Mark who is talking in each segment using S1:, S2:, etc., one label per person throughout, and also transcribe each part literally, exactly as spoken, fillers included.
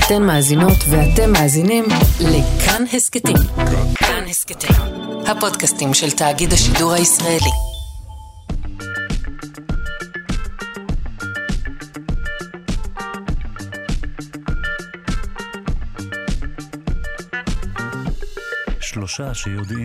S1: אתן מאזינות ואתם מאזינים לכאן הסקטים. כאן הסקטים, הפודקאסטים של תאגיד השידור הישראלי.
S2: שלושה שיודעים.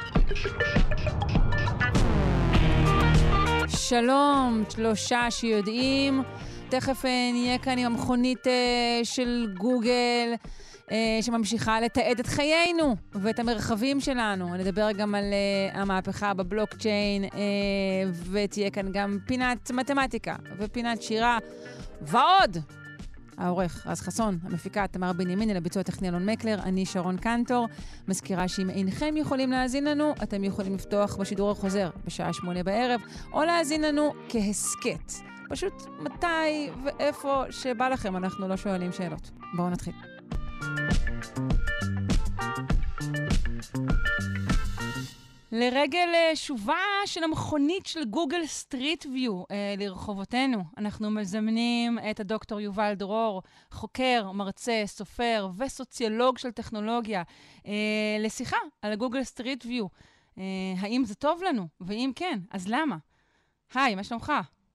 S3: שלום, שלושה שיודעים. תכף נהיה כאן עם המכונית של גוגל שממשיכה לתעד את חיינו ואת המרחבים שלנו. נדבר גם על המהפכה בבלוקצ'יין, ותהיה כאן גם פינת מתמטיקה ופינת שירה ועוד. העורך רז חסון, המפיקה תמר בנימין, לביצוע טכני אלון מקלר, אני שרון קנטור. מזכירה שאם אינכם יכולים להאזין לנו, אתם יכולים לפתוח בשידור החוזר בשעה שמונה בערב, או להאזין לנו כהסקט. פשוט מתי ואיפה שבא לכם, אנחנו לא שואלים שאלות. בואו נתחיל. לרגל שובה של המכונית של גוגל סטריט ויו אה, לרחובותינו, אנחנו מזמנים את הדוקטור יובל דרור, חוקר, מרצה, סופר וסוציולוג של טכנולוגיה, אה, לשיחה על גוגל סטריט ויו. אה, האם זה טוב לנו? ואם כן, אז למה? היי, מה שלומך?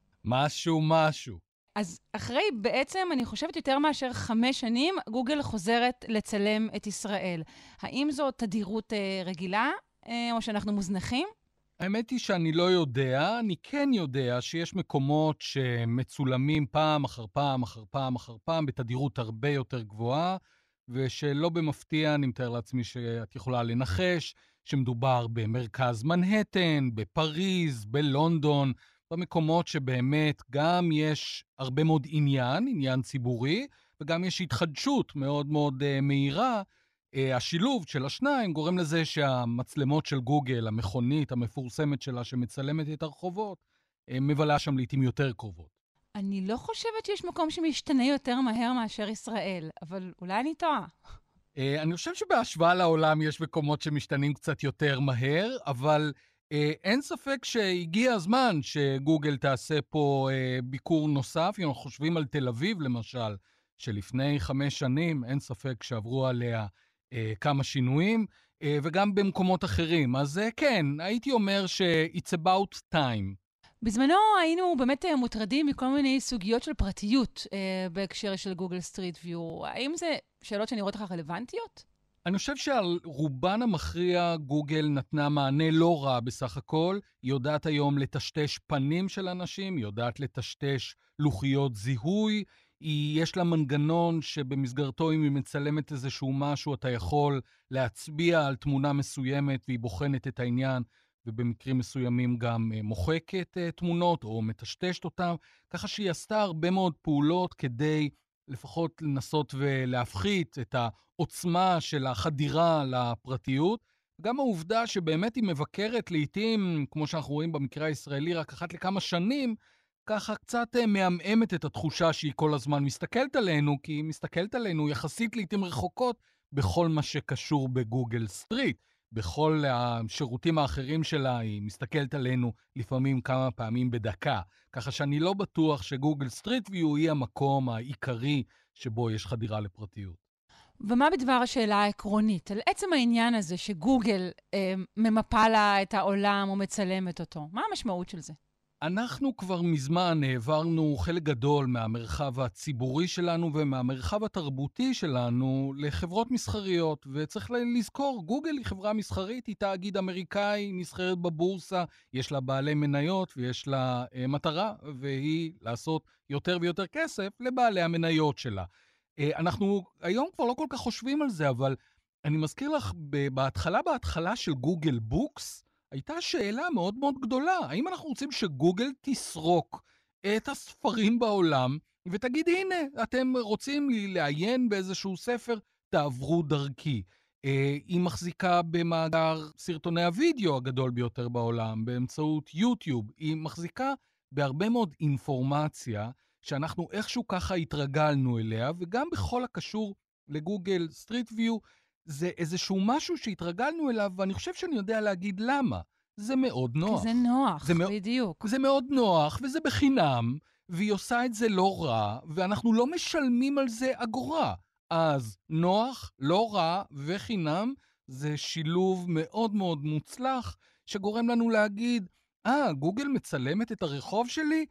S4: משהו, משהו.
S3: אז אחרי בעצם, אני חושבת יותר מאשר חמש שנים, גוגל חוזרת לצלם את ישראל. האם זו תדירות אה, רגילה? או שאנחנו מוזנחים?
S4: האמת היא שאני לא יודע, אני כן יודע שיש מקומות שמצולמים פעם אחר פעם אחר פעם אחר פעם בתדירות הרבה יותר גבוהה, ושלא במפתיע אני מתאר לעצמי שאת יכולה לנחש שמדובר במרכז מנהטן, בפריז, בלונדון, במקומות שבאמת גם יש הרבה מאוד עניין, עניין ציבורי, וגם יש התחדשות מאוד מאוד uh, מהירה. השילוב של השניים גורם לזה שהמצלמות של גוגל, המכונית המפורסמת שלה שמצלמת את הרחובות, מבלה שם לעתים יותר קרובות.
S3: אני לא חושבת שיש מקום שמשתנה יותר מהר מאשר ישראל, אבל אולי אני טועה.
S4: אני חושב שבהשוואה לעולם יש מקומות שמשתנים קצת יותר מהר, אבל אין ספק שהגיע הזמן שגוגל תעשה פה ביקור נוסף. אם אנחנו חושבים על תל אביב למשל, שלפני חמש שנים אין ספק שעברו עליה כמה שינויים, וגם במקומות אחרים. אז כן, הייתי אומר ש-it's about time.
S3: בזמנו היינו באמת מוטרדים מכל מיני סוגיות של פרטיות בהקשר של גוגל סטריט ויו. האם זה שאלות שנראות לך רלוונטיות?
S4: אני חושב שעל רובן המכריע גוגל נתנה מענה לא רע בסך הכל. היא יודעת היום לטשטש פנים של אנשים, היא יודעת לטשטש לוחיות זיהוי, היא, יש לה מנגנון שבמסגרתו אם היא מצלמת איזשהו משהו, אתה יכול להצביע על תמונה מסוימת והיא בוחנת את העניין, ובמקרים מסוימים גם מוחקת תמונות או מטשטשת אותן, ככה שהיא עשתה הרבה מאוד פעולות כדי לפחות לנסות ולהפחית את העוצמה של החדירה לפרטיות, גם העובדה שבאמת היא מבקרת לעתים, כמו שאנחנו רואים במקרה הישראלי, רק אחת לכמה שנים, ככה קצת מאמאמת את התחושה שהיא כל הזמן מסתכלת עלינו, כי היא מסתכלת עלינו יחסית לעתים רחוקות בכל מה שקשור בגוגל סטריט. בכל השירותים האחרים שלה היא מסתכלת עלינו לפעמים כמה פעמים בדקה. ככה שאני לא בטוח שגוגל סטריט ויו היא המקום העיקרי שבו יש חדירה לפרטיות.
S3: ומה בדבר השאלה העקרונית? על עצם העניין הזה שגוגל אה, ממפה לה את העולם או מצלמת אותו. מה המשמעות של זה?
S4: אנחנו כבר מזמן העברנו חלק גדול מהמרחב הציבורי שלנו ומהמרחב התרבותי שלנו לחברות מסחריות, וצריך לזכור, גוגל היא חברה מסחרית, היא תאגיד אמריקאי, נסחרת בבורסה, יש לה בעלי מניות ויש לה אה, מטרה, והיא לעשות יותר ויותר כסף לבעלי המניות שלה. אה, אנחנו היום כבר לא כל כך חושבים על זה, אבל אני מזכיר לך, בהתחלה, בהתחלה של גוגל בוקס, הייתה שאלה מאוד מאוד גדולה. האם אנחנו רוצים שגוגל תסרוק את הספרים בעולם, ותגיד, הנה, אתם רוצים לעיין באיזשהו ספר, תעברו דרכי. היא מחזיקה במאגר סרטוני הוידאו הגדול ביותר בעולם, באמצעות יוטיוב. היא מחזיקה בהרבה מאוד אינפורמציה, שאנחנו איכשהו ככה התרגלנו אליה, וגם בכל הקשור לגוגל סטריט ויו, זה איזשהו משהו שהתרגלנו אליו, ואני חושב שאני יודע להגיד למה. זה מאוד נוח.
S3: זה נוח,
S4: זה
S3: בדיוק.
S4: מאוד, זה מאוד נוח, וזה בחינם, והיא עושה את זה לא רע, ואנחנו לא משלמים על זה אגורה. אז נוח, לא רע וחינם, זה שילוב מאוד מאוד מוצלח, שגורם לנו להגיד, אה, גוגל מצלמת את הרחוב שלי?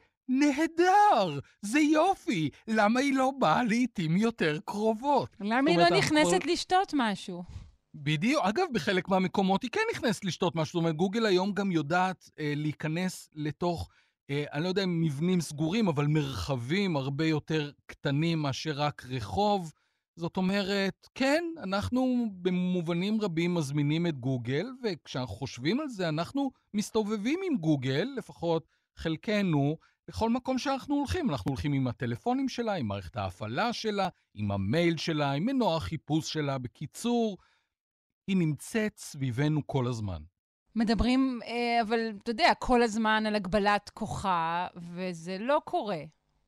S4: נהדר! זה יופי! למה היא לא באה לעתים יותר קרובות?
S3: למה היא לא נכנסת לשתות משהו?
S4: בדיוק. אגב, בחלק מהמקומות היא כן נכנסת לשתות משהו. זאת אומרת, גוגל היום גם יודעת אה, להיכנס לתוך, אה, אני לא יודע אם מבנים סגורים, אבל מרחבים הרבה יותר קטנים מאשר רק רחוב. זאת אומרת, כן, אנחנו במובנים רבים מזמינים את גוגל, וכשאנחנו חושבים על זה, אנחנו מסתובבים עם גוגל, לפחות חלקנו, בכל מקום שאנחנו הולכים. אנחנו הולכים עם הטלפונים שלה, עם מערכת ההפעלה שלה, עם המייל שלה, עם מנוע החיפוש שלה. בקיצור, היא נמצאת סביבנו כל הזמן.
S3: מדברים, אבל אתה יודע, כל הזמן על הגבלת כוחה, וזה לא קורה.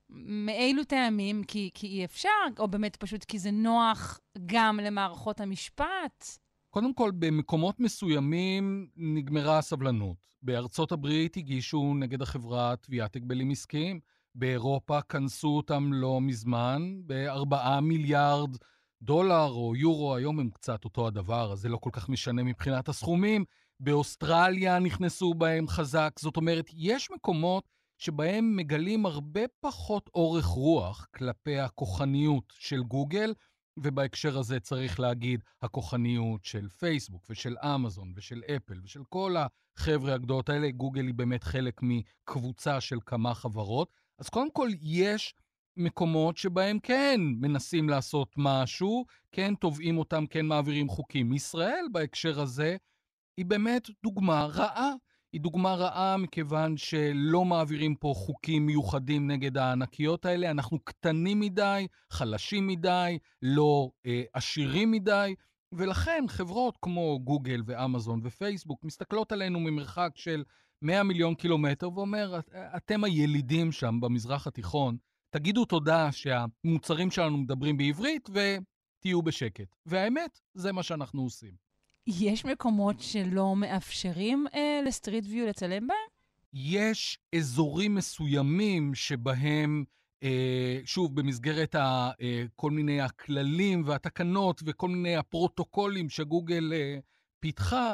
S3: מאילו טעמים? כי, כי אי אפשר, או באמת פשוט כי זה נוח גם למערכות המשפט?
S4: קודם כל, במקומות מסוימים נגמרה הסבלנות. בארצות הברית הגישו נגד החברה תביעת הגבלים עסקיים. באירופה כנסו אותם לא מזמן, בארבעה מיליארד דולר או יורו, היום הם קצת אותו הדבר, אז זה לא כל כך משנה מבחינת הסכומים. באוסטרליה נכנסו בהם חזק. זאת אומרת, יש מקומות שבהם מגלים הרבה פחות אורך רוח כלפי הכוחניות של גוגל, ובהקשר הזה צריך להגיד הכוחניות של פייסבוק ושל אמזון ושל אפל ושל כל החבר'ה הגדולות האלה. גוגל היא באמת חלק מקבוצה של כמה חברות. אז קודם כל יש מקומות שבהם כן מנסים לעשות משהו, כן תובעים אותם, כן מעבירים חוקים. ישראל בהקשר הזה היא באמת דוגמה רעה. היא דוגמה רעה מכיוון שלא מעבירים פה חוקים מיוחדים נגד הענקיות האלה. אנחנו קטנים מדי, חלשים מדי, לא אה, עשירים מדי, ולכן חברות כמו גוגל ואמזון ופייסבוק מסתכלות עלינו ממרחק של מאה מיליון קילומטר, ואומר, אתם הילידים שם במזרח התיכון, תגידו תודה שהמוצרים שלנו מדברים בעברית ותהיו בשקט. והאמת, זה מה שאנחנו עושים.
S3: יש מקומות שלא מאפשרים אה, לסטריט ויו לצלם בהם?
S4: יש אזורים מסוימים שבהם, אה, שוב, במסגרת ה, אה, כל מיני הכללים והתקנות וכל מיני הפרוטוקולים שגוגל אה, פיתחה,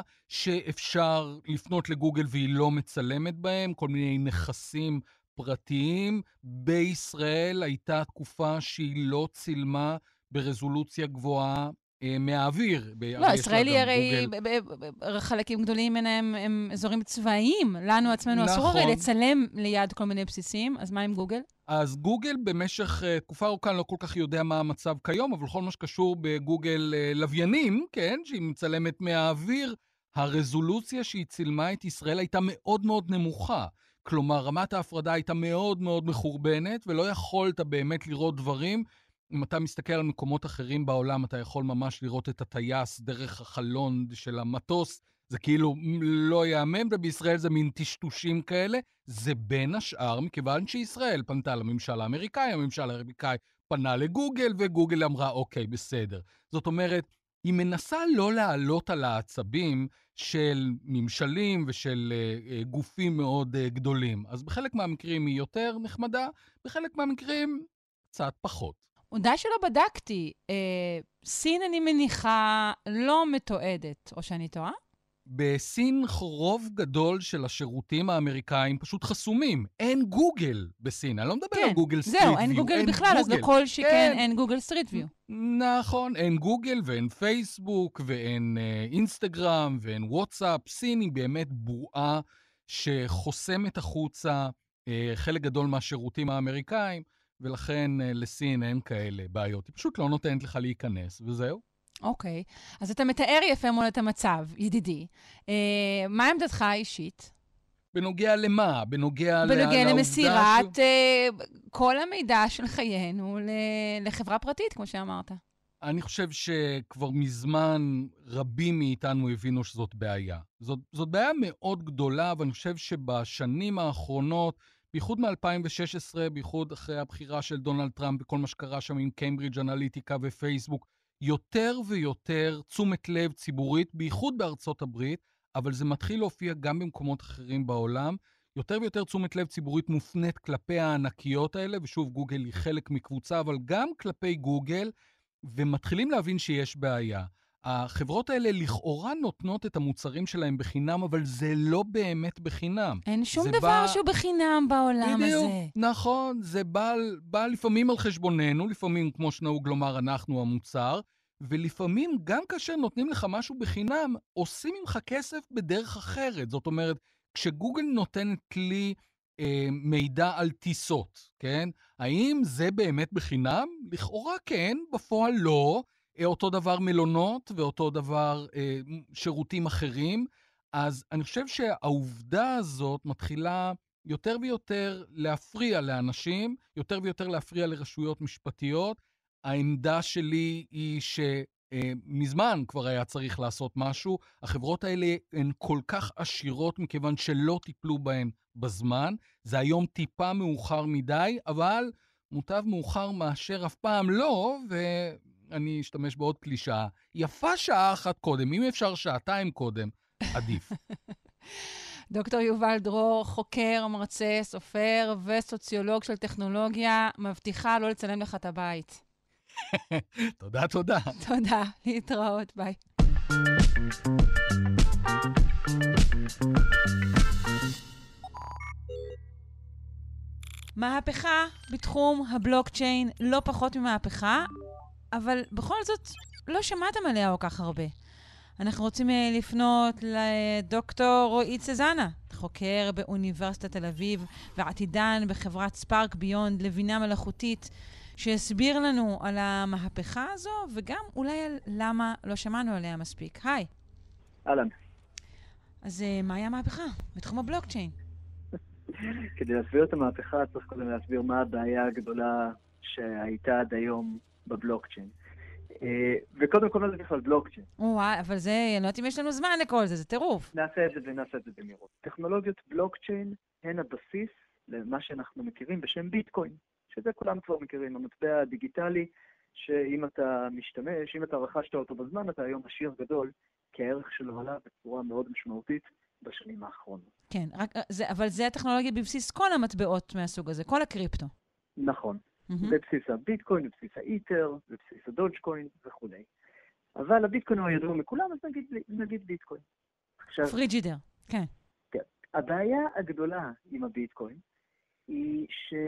S4: שאפשר לפנות לגוגל והיא לא מצלמת בהם, כל מיני נכסים פרטיים. בישראל הייתה תקופה שהיא לא צילמה ברזולוציה גבוהה מהאוויר.
S3: לא, ישראל היא הרי, חלקים גדולים מהם הם אזורים צבאיים. לנו עצמנו אסור הרי לצלם ליד כל מיני בסיסים, אז מה עם גוגל?
S4: אז גוגל במשך תקופה ארוכה לא כל כך יודע מה המצב כיום, אבל כל מה שקשור בגוגל לוויינים, כן, שהיא מצלמת מהאוויר, הרזולוציה שהיא צילמה את ישראל הייתה מאוד מאוד נמוכה. כלומר, רמת ההפרדה הייתה מאוד מאוד מחורבנת, ולא יכולת באמת לראות דברים. אם אתה מסתכל על מקומות אחרים בעולם, אתה יכול ממש לראות את הטייס דרך החלון של המטוס. זה כאילו לא יאמן, ובישראל זה מין טשטושים כאלה. זה בין השאר, מכיוון שישראל פנתה לממשל האמריקאי, הממשל האמריקאי פנה לגוגל, וגוגל אמרה, אוקיי, בסדר. זאת אומרת, היא מנסה לא לעלות על העצבים של ממשלים ושל uh, גופים מאוד uh, גדולים. אז בחלק מהמקרים היא יותר נחמדה, בחלק מהמקרים קצת פחות.
S3: עודה שלא בדקתי, אה, סין אני מניחה לא מתועדת, או שאני טועה?
S4: בסין רוב גדול של השירותים האמריקאים פשוט חסומים. אין גוגל בסין. אני לא מדבר
S3: כן,
S4: על גוגל סטריט
S3: זהו,
S4: ויו.
S3: אין גוגל
S4: אין
S3: בכלל,
S4: גוגל.
S3: אז לכל שכן
S4: כן.
S3: אין גוגל סטריט ויו.
S4: נכון, אין גוגל ואין פייסבוק ואין אה, אינסטגרם ואין וואטסאפ. סין היא באמת בועה שחוסמת החוצה אה, חלק גדול מהשירותים האמריקאים, ולכן אה, לסין אין כאלה בעיות. היא פשוט לא נותנת לך להיכנס, וזהו.
S3: אוקיי, אז אתה מתאר יפה מאוד את המצב, ידידי. אה, מה עמדתך האישית?
S4: בנוגע למה? בנוגע,
S3: בנוגע למסירת
S4: ש...
S3: אה, כל המידע של חיינו לחברה פרטית, כמו שאמרת.
S4: אני חושב שכבר מזמן רבים מאיתנו הבינו שזאת בעיה. זאת, זאת בעיה מאוד גדולה, ואני חושב שבשנים האחרונות, בייחוד מ-אלפיים ושש עשרה, בייחוד אחרי הבחירה של דונלד טראמפ וכל מה שקרה שם עם קיימברידג' אנליטיקה ופייסבוק, יותר ויותר תשומת לב ציבורית, בייחוד בארצות הברית, אבל זה מתחיל להופיע גם במקומות אחרים בעולם, יותר ויותר תשומת לב ציבורית מופנית כלפי הענקיות האלה, ושוב, גוגל היא חלק מקבוצה, אבל גם כלפי גוגל, ומתחילים להבין שיש בעיה. החברות האלה לכאורה נותנות את המוצרים שלהם בחינם, אבל זה לא באמת בחינם.
S3: אין שום דבר
S4: בא...
S3: שהוא בחינם בעולם
S4: בדיוק,
S3: הזה.
S4: נכון, זה בא, בא לפעמים על חשבוננו, לפעמים, כמו שנהוג לומר, אנחנו המוצר, ולפעמים גם כאשר נותנים לך משהו בחינם, עושים ממך כסף בדרך אחרת. זאת אומרת, כשגוגל נותנת לי אה, מידע על טיסות, כן? האם זה באמת בחינם? לכאורה כן, בפועל לא. אותו דבר מלונות ואותו דבר אה, שירותים אחרים. אז אני חושב שהעובדה הזאת מתחילה יותר ויותר להפריע לאנשים, יותר ויותר להפריע לרשויות משפטיות. העמדה שלי היא שמזמן כבר היה צריך לעשות משהו. החברות האלה הן כל כך עשירות מכיוון שלא טיפלו בהן בזמן. זה היום טיפה מאוחר מדי, אבל מוטב מאוחר מאשר אף פעם לא, ואני אשתמש בעוד קלישאה. יפה שעה אחת קודם, אם אפשר שעתיים קודם, עדיף.
S3: דוקטור יובל דרור, חוקר, מרצה, סופר וסוציולוג של טכנולוגיה, מבטיחה לא לצלם לך את הבית.
S4: תודה, תודה.
S3: תודה, להתראות, ביי. מהפכה בתחום הבלוקצ'יין, לא פחות ממהפכה, אבל בכל זאת לא שמעתם עליה או כך הרבה. אנחנו רוצים לפנות לדוקטור רועי צזנה, חוקר באוניברסיטת תל אביב ועתידן בחברת ספארק ביונד לבינה מלאכותית, שיסביר לנו על המהפכה הזו וגם אולי על למה לא שמענו עליה מספיק. היי.
S5: אהלן.
S3: אז מהי המהפכה בתחום הבלוקצ'יין?
S5: כדי להסביר את המהפכה צריך קודם להסביר מה הבעיה הגדולה שהייתה עד היום בבלוקצ'יין. וקודם כל זה בכלל בלוקצ'יין.
S3: וואי, אבל זה, אני לא יודעת אם יש לנו זמן לכל זה, זה טירוף.
S5: נעשה את זה ונעשה את זה במהירות. טכנולוגיות בלוקצ'יין הן הבסיס למה שאנחנו מכירים בשם ביטקוין, שזה כולם כבר מכירים, המטבע הדיגיטלי, שאם אתה משתמש, אם אתה רכשת אותו בזמן, אתה היום עשיר גדול, כי הערך שלו עלה בצורה מאוד משמעותית בשנים האחרונות.
S3: כן, רק, זה, אבל זה הטכנולוגיה בבסיס כל המטבעות מהסוג הזה, כל הקריפטו.
S5: נכון.
S3: Mm-hmm.
S5: בבסיס הביטקוין, בבסיס האיתר, בבסיס הדודג'קוין וכו'. אבל הביטקוין הוא ידוע מכולם, אז נגיד, נגיד ביטקוין. עכשיו,
S3: פריג'ידר, כן.
S5: כן. הבעיה הגדולה עם הביטקוין היא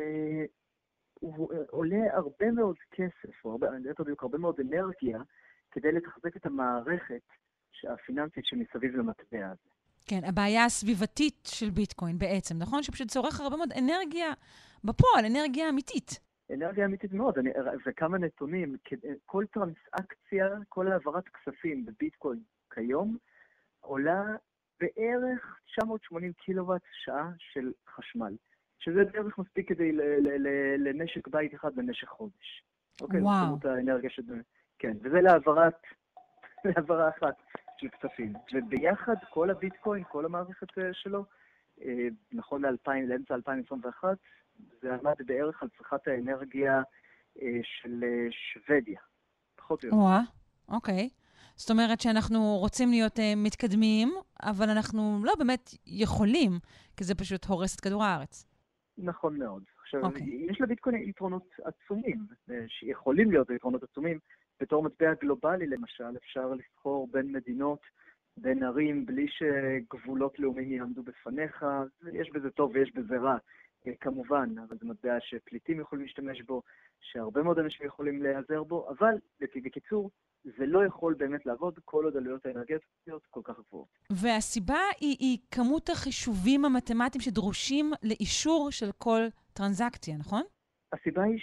S5: שהוא עולה הרבה מאוד כסף, או הרבה, אני יודעת, הרבה מאוד אנרגיה, כדי לתחזק את המערכת הפיננסית שמסביב למטבע הזה.
S3: כן, הבעיה הסביבתית של ביטקוין בעצם, נכון? שפשוט צורך הרבה מאוד אנרגיה בפועל, אנרגיה אמיתית.
S5: אנרגיה אמיתית מאוד, אני, וכמה נתונים, כל טרנסאקציה, כל העברת כספים בביטקוין כיום, עולה בערך תשע מאות ושמונים קילוואט שעה של חשמל, שזה בערך מספיק כדי ל, ל, ל, למשק בית אחד במשך חודש. אוקיי,
S3: וואו.
S5: זאת האנרגיה של... כן, וזה להעברת, להעברה אחת של כספים. וביחד כל הביטקוין, כל המערכת שלו, נכון לאלפיים, לאמצע אלפיים עשרים ואחת, זה עמד בערך על צריכת האנרגיה של שוודיה. פחות או יותר.
S3: וואה, אוקיי. זאת אומרת שאנחנו רוצים להיות uh, מתקדמים, אבל אנחנו לא באמת יכולים, כי זה פשוט הורס את כדור הארץ.
S5: נכון מאוד. עכשיו,
S3: אוקיי.
S5: יש לביטקוין יתרונות עצומים, שיכולים להיות יתרונות עצומים. בתור מטבע גלובלי, למשל, אפשר לסחור בין מדינות, בין ערים, בלי שגבולות לאומיים יעמדו בפניך. יש בזה טוב ויש בזה רע, כמובן, אבל זה מטבע שפליטים יכולים להשתמש בו, שהרבה מאוד אנשים יכולים להיעזר בו, אבל בקיצור, זה לא יכול באמת לעבוד כל עוד עלויות האנרגטיות כל כך גבוהות. והסיבה
S3: היא, היא כמות החישובים המתמטיים שדרושים לאישור של כל טרנזקציה, נכון?
S5: הסיבה היא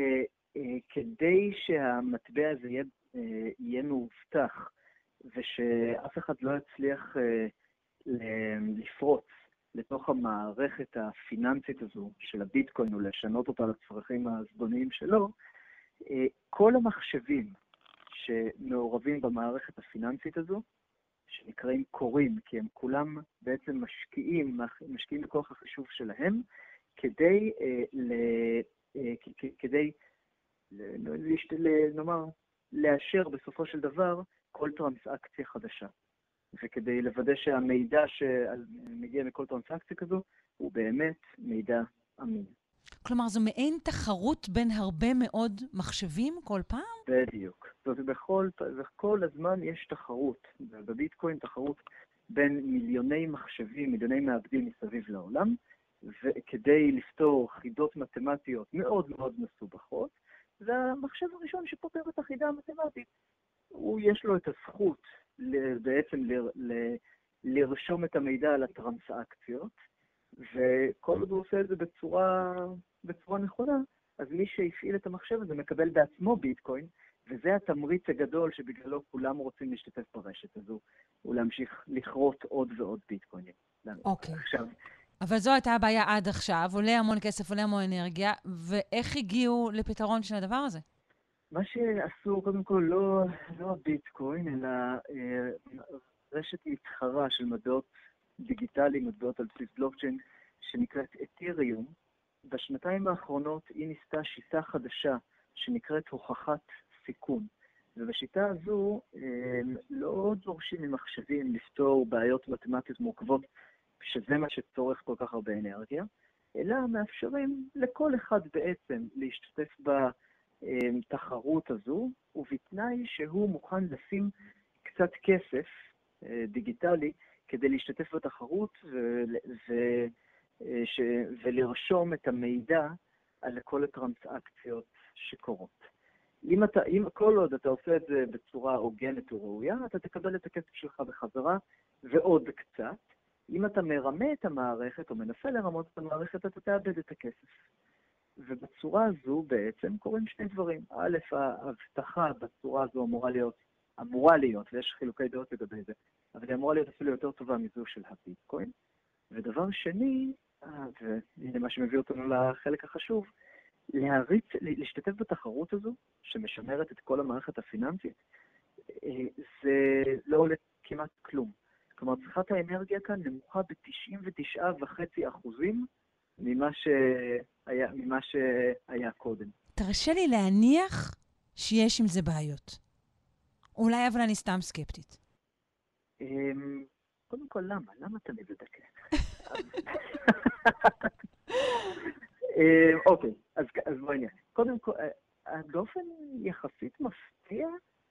S5: שכדי שהמטבע הזה יהיה, יהיה מאובטח, ושאף אחד לא יצליח לפרוץ לתוך המערכת הפיננסית הזו של הביטקוין, ולשנות אותה לצרכים הזדוניים שלו, כל המחשבים שמעורבים במערכת הפיננסית הזו, שנקראים קוראים, כי הם כולם בעצם משקיעים, משקיעים בכוח החישוב שלהם, כדי, ל, כדי נאמר, לאשר בסופו של דבר כל טרנסאקציה חדשה. וכדי לוודא שהמידע שמגיע מכל טרנסאקציה כזו, הוא באמת מידע אמין.
S3: כלומר, זו מעין תחרות בין הרבה מאוד מחשבים כל פעם?
S5: בדיוק. זאת אומרת, בכל, בכל הזמן יש תחרות, בביטקוין תחרות בין מיליוני מחשבים, מיליוני מעבדים מסביב לעולם, וכדי לפתור חידות מתמטיות מאוד מאוד מסובכות, זה המחשב הראשון שפותר את החידה המתמטית. הוא יש לו את הזכות בעצם ל, ל, לרשום את המידע על הטרנסאקציות, וכל עוד הוא עושה את זה בצורה, בצורה נכונה, אז מי שהפעיל את המחשב הזה מקבל בעצמו ביטקוין, וזה התמריץ הגדול שבגללו כולם רוצים להשתתף ברשת הזו, ולהמשיך לכרות עוד ועוד ביטקוינים.
S3: אוקיי.
S5: עכשיו,
S3: אבל זו הייתה הבעיה עד עכשיו, עולה המון כסף, עולה המון אנרגיה, ואיך הגיעו לפתרון של הדבר הזה?
S5: מה שעשו, קודם כל, לא, לא הביטקוין, אלא אה, רשת מתחרה של מטבעות דיגיטליים, מטבעות על בסיס בלוקצ'יין, שנקראת אתריום. בשנתיים האחרונות היא ניסתה שיטה חדשה, שנקראת הוכחת סיכון. ובשיטה הזו אה, לא דורשים ממחשבים לפתור בעיות מתמטיות מורכבות, שזה מה שצורך כל כך הרבה אנרגיה, אלא מאפשרים לכל אחד בעצם להשתתף בתחרות הזו, ובתנאי שהוא מוכן לשים קצת כסף דיגיטלי כדי להשתתף בתחרות ו- ו- ש- ולרשום את המידע על כל הטרנסאקציות שקורות. אם אתה, אם כל עוד אתה עושה את זה בצורה הוגנת וראויה, אתה תקבל את הכסף שלך בחזרה ועוד קצת. אם אתה מרמה את המערכת או מנסה לרמות את המערכת, אתה תאבד את הכסף. ובצורה הזו בעצם קורים שני דברים. א', ההבטחה בצורה הזו אמורה להיות, אמורה להיות, ויש חילוקי דעות לגבי זה, אבל היא אמורה להיות אפילו יותר טובה מזו של הביטקוין. ודבר שני, והנה מה שמביא אותנו לחלק החשוב, להריץ, להשתתף בתחרות הזו, שמשמרת את כל המערכת הפיננסית, זה לא עולה כמעט כלום. כלומר, צריכת האנרגיה כאן נמוכה ב-תשעים ותשעה נקודה חמש אחוזים ממה שהיה, ממה שהיה קודם.
S3: תרשה לי להניח שיש עם זה בעיות. אולי אבל אני סתם סקפטית.
S5: קודם כל, למה? למה אתה מבדקה? אוקיי, אז בואי נראה. קודם כל, באופן יחסית מפתיע,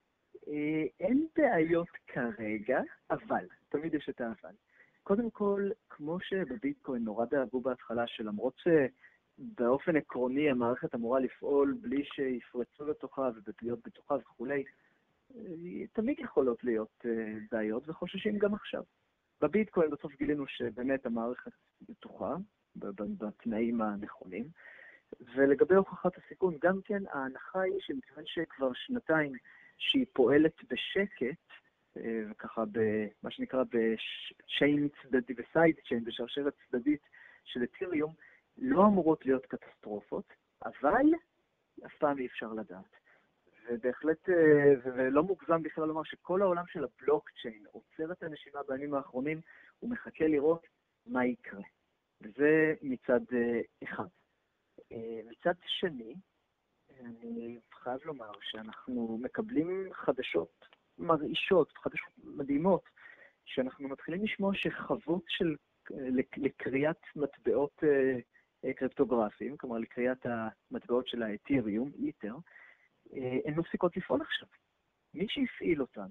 S5: אין בעיות כרגע, אבל, תמיד יש את האבל. קודם כל, כמו שבביטקוין נורא דאגו בהתחלה, שלמרות שבאופן עקרוני המערכת אמורה לפעול בלי שיפרצו לתוכה ובלהיות בתוכה וכולי, תמיד יכולות להיות בעיות וחוששים גם עכשיו. בביטקוין בסוף גילינו שבאמת המערכת בטוחה, בתנאים הנכונים, ולגבי הוכחת הסיכון, גם כן ההנחה היא שמכיוון שכבר שנתיים שהיא פועלת בשקט, וככה במה שנקרא בשיין צדדי וסייד צ'יין, בשרשרת צדדית של אתריום, לא אמורות להיות קטסטרופות, אבל אף פעם אי אפשר לדעת. ובהחלט, ולא מוגזם בכלל לומר שכל העולם של הבלוקצ'יין עוצר את הנשימה בימים האחרונים, הוא מחכה לראות מה יקרה. וזה מצד אחד. מצד שני, אני חייב לומר שאנחנו מקבלים חדשות מרעישות, חדשות מדהימות, שאנחנו מתחילים לשמוע שחוות של, לקריאת מטבעות קריפטוגרפיים, כלומר לקריאת המטבעות של האתריום, איתר, הן מפסיקות לפעול עכשיו. מי שהפעיל אותן,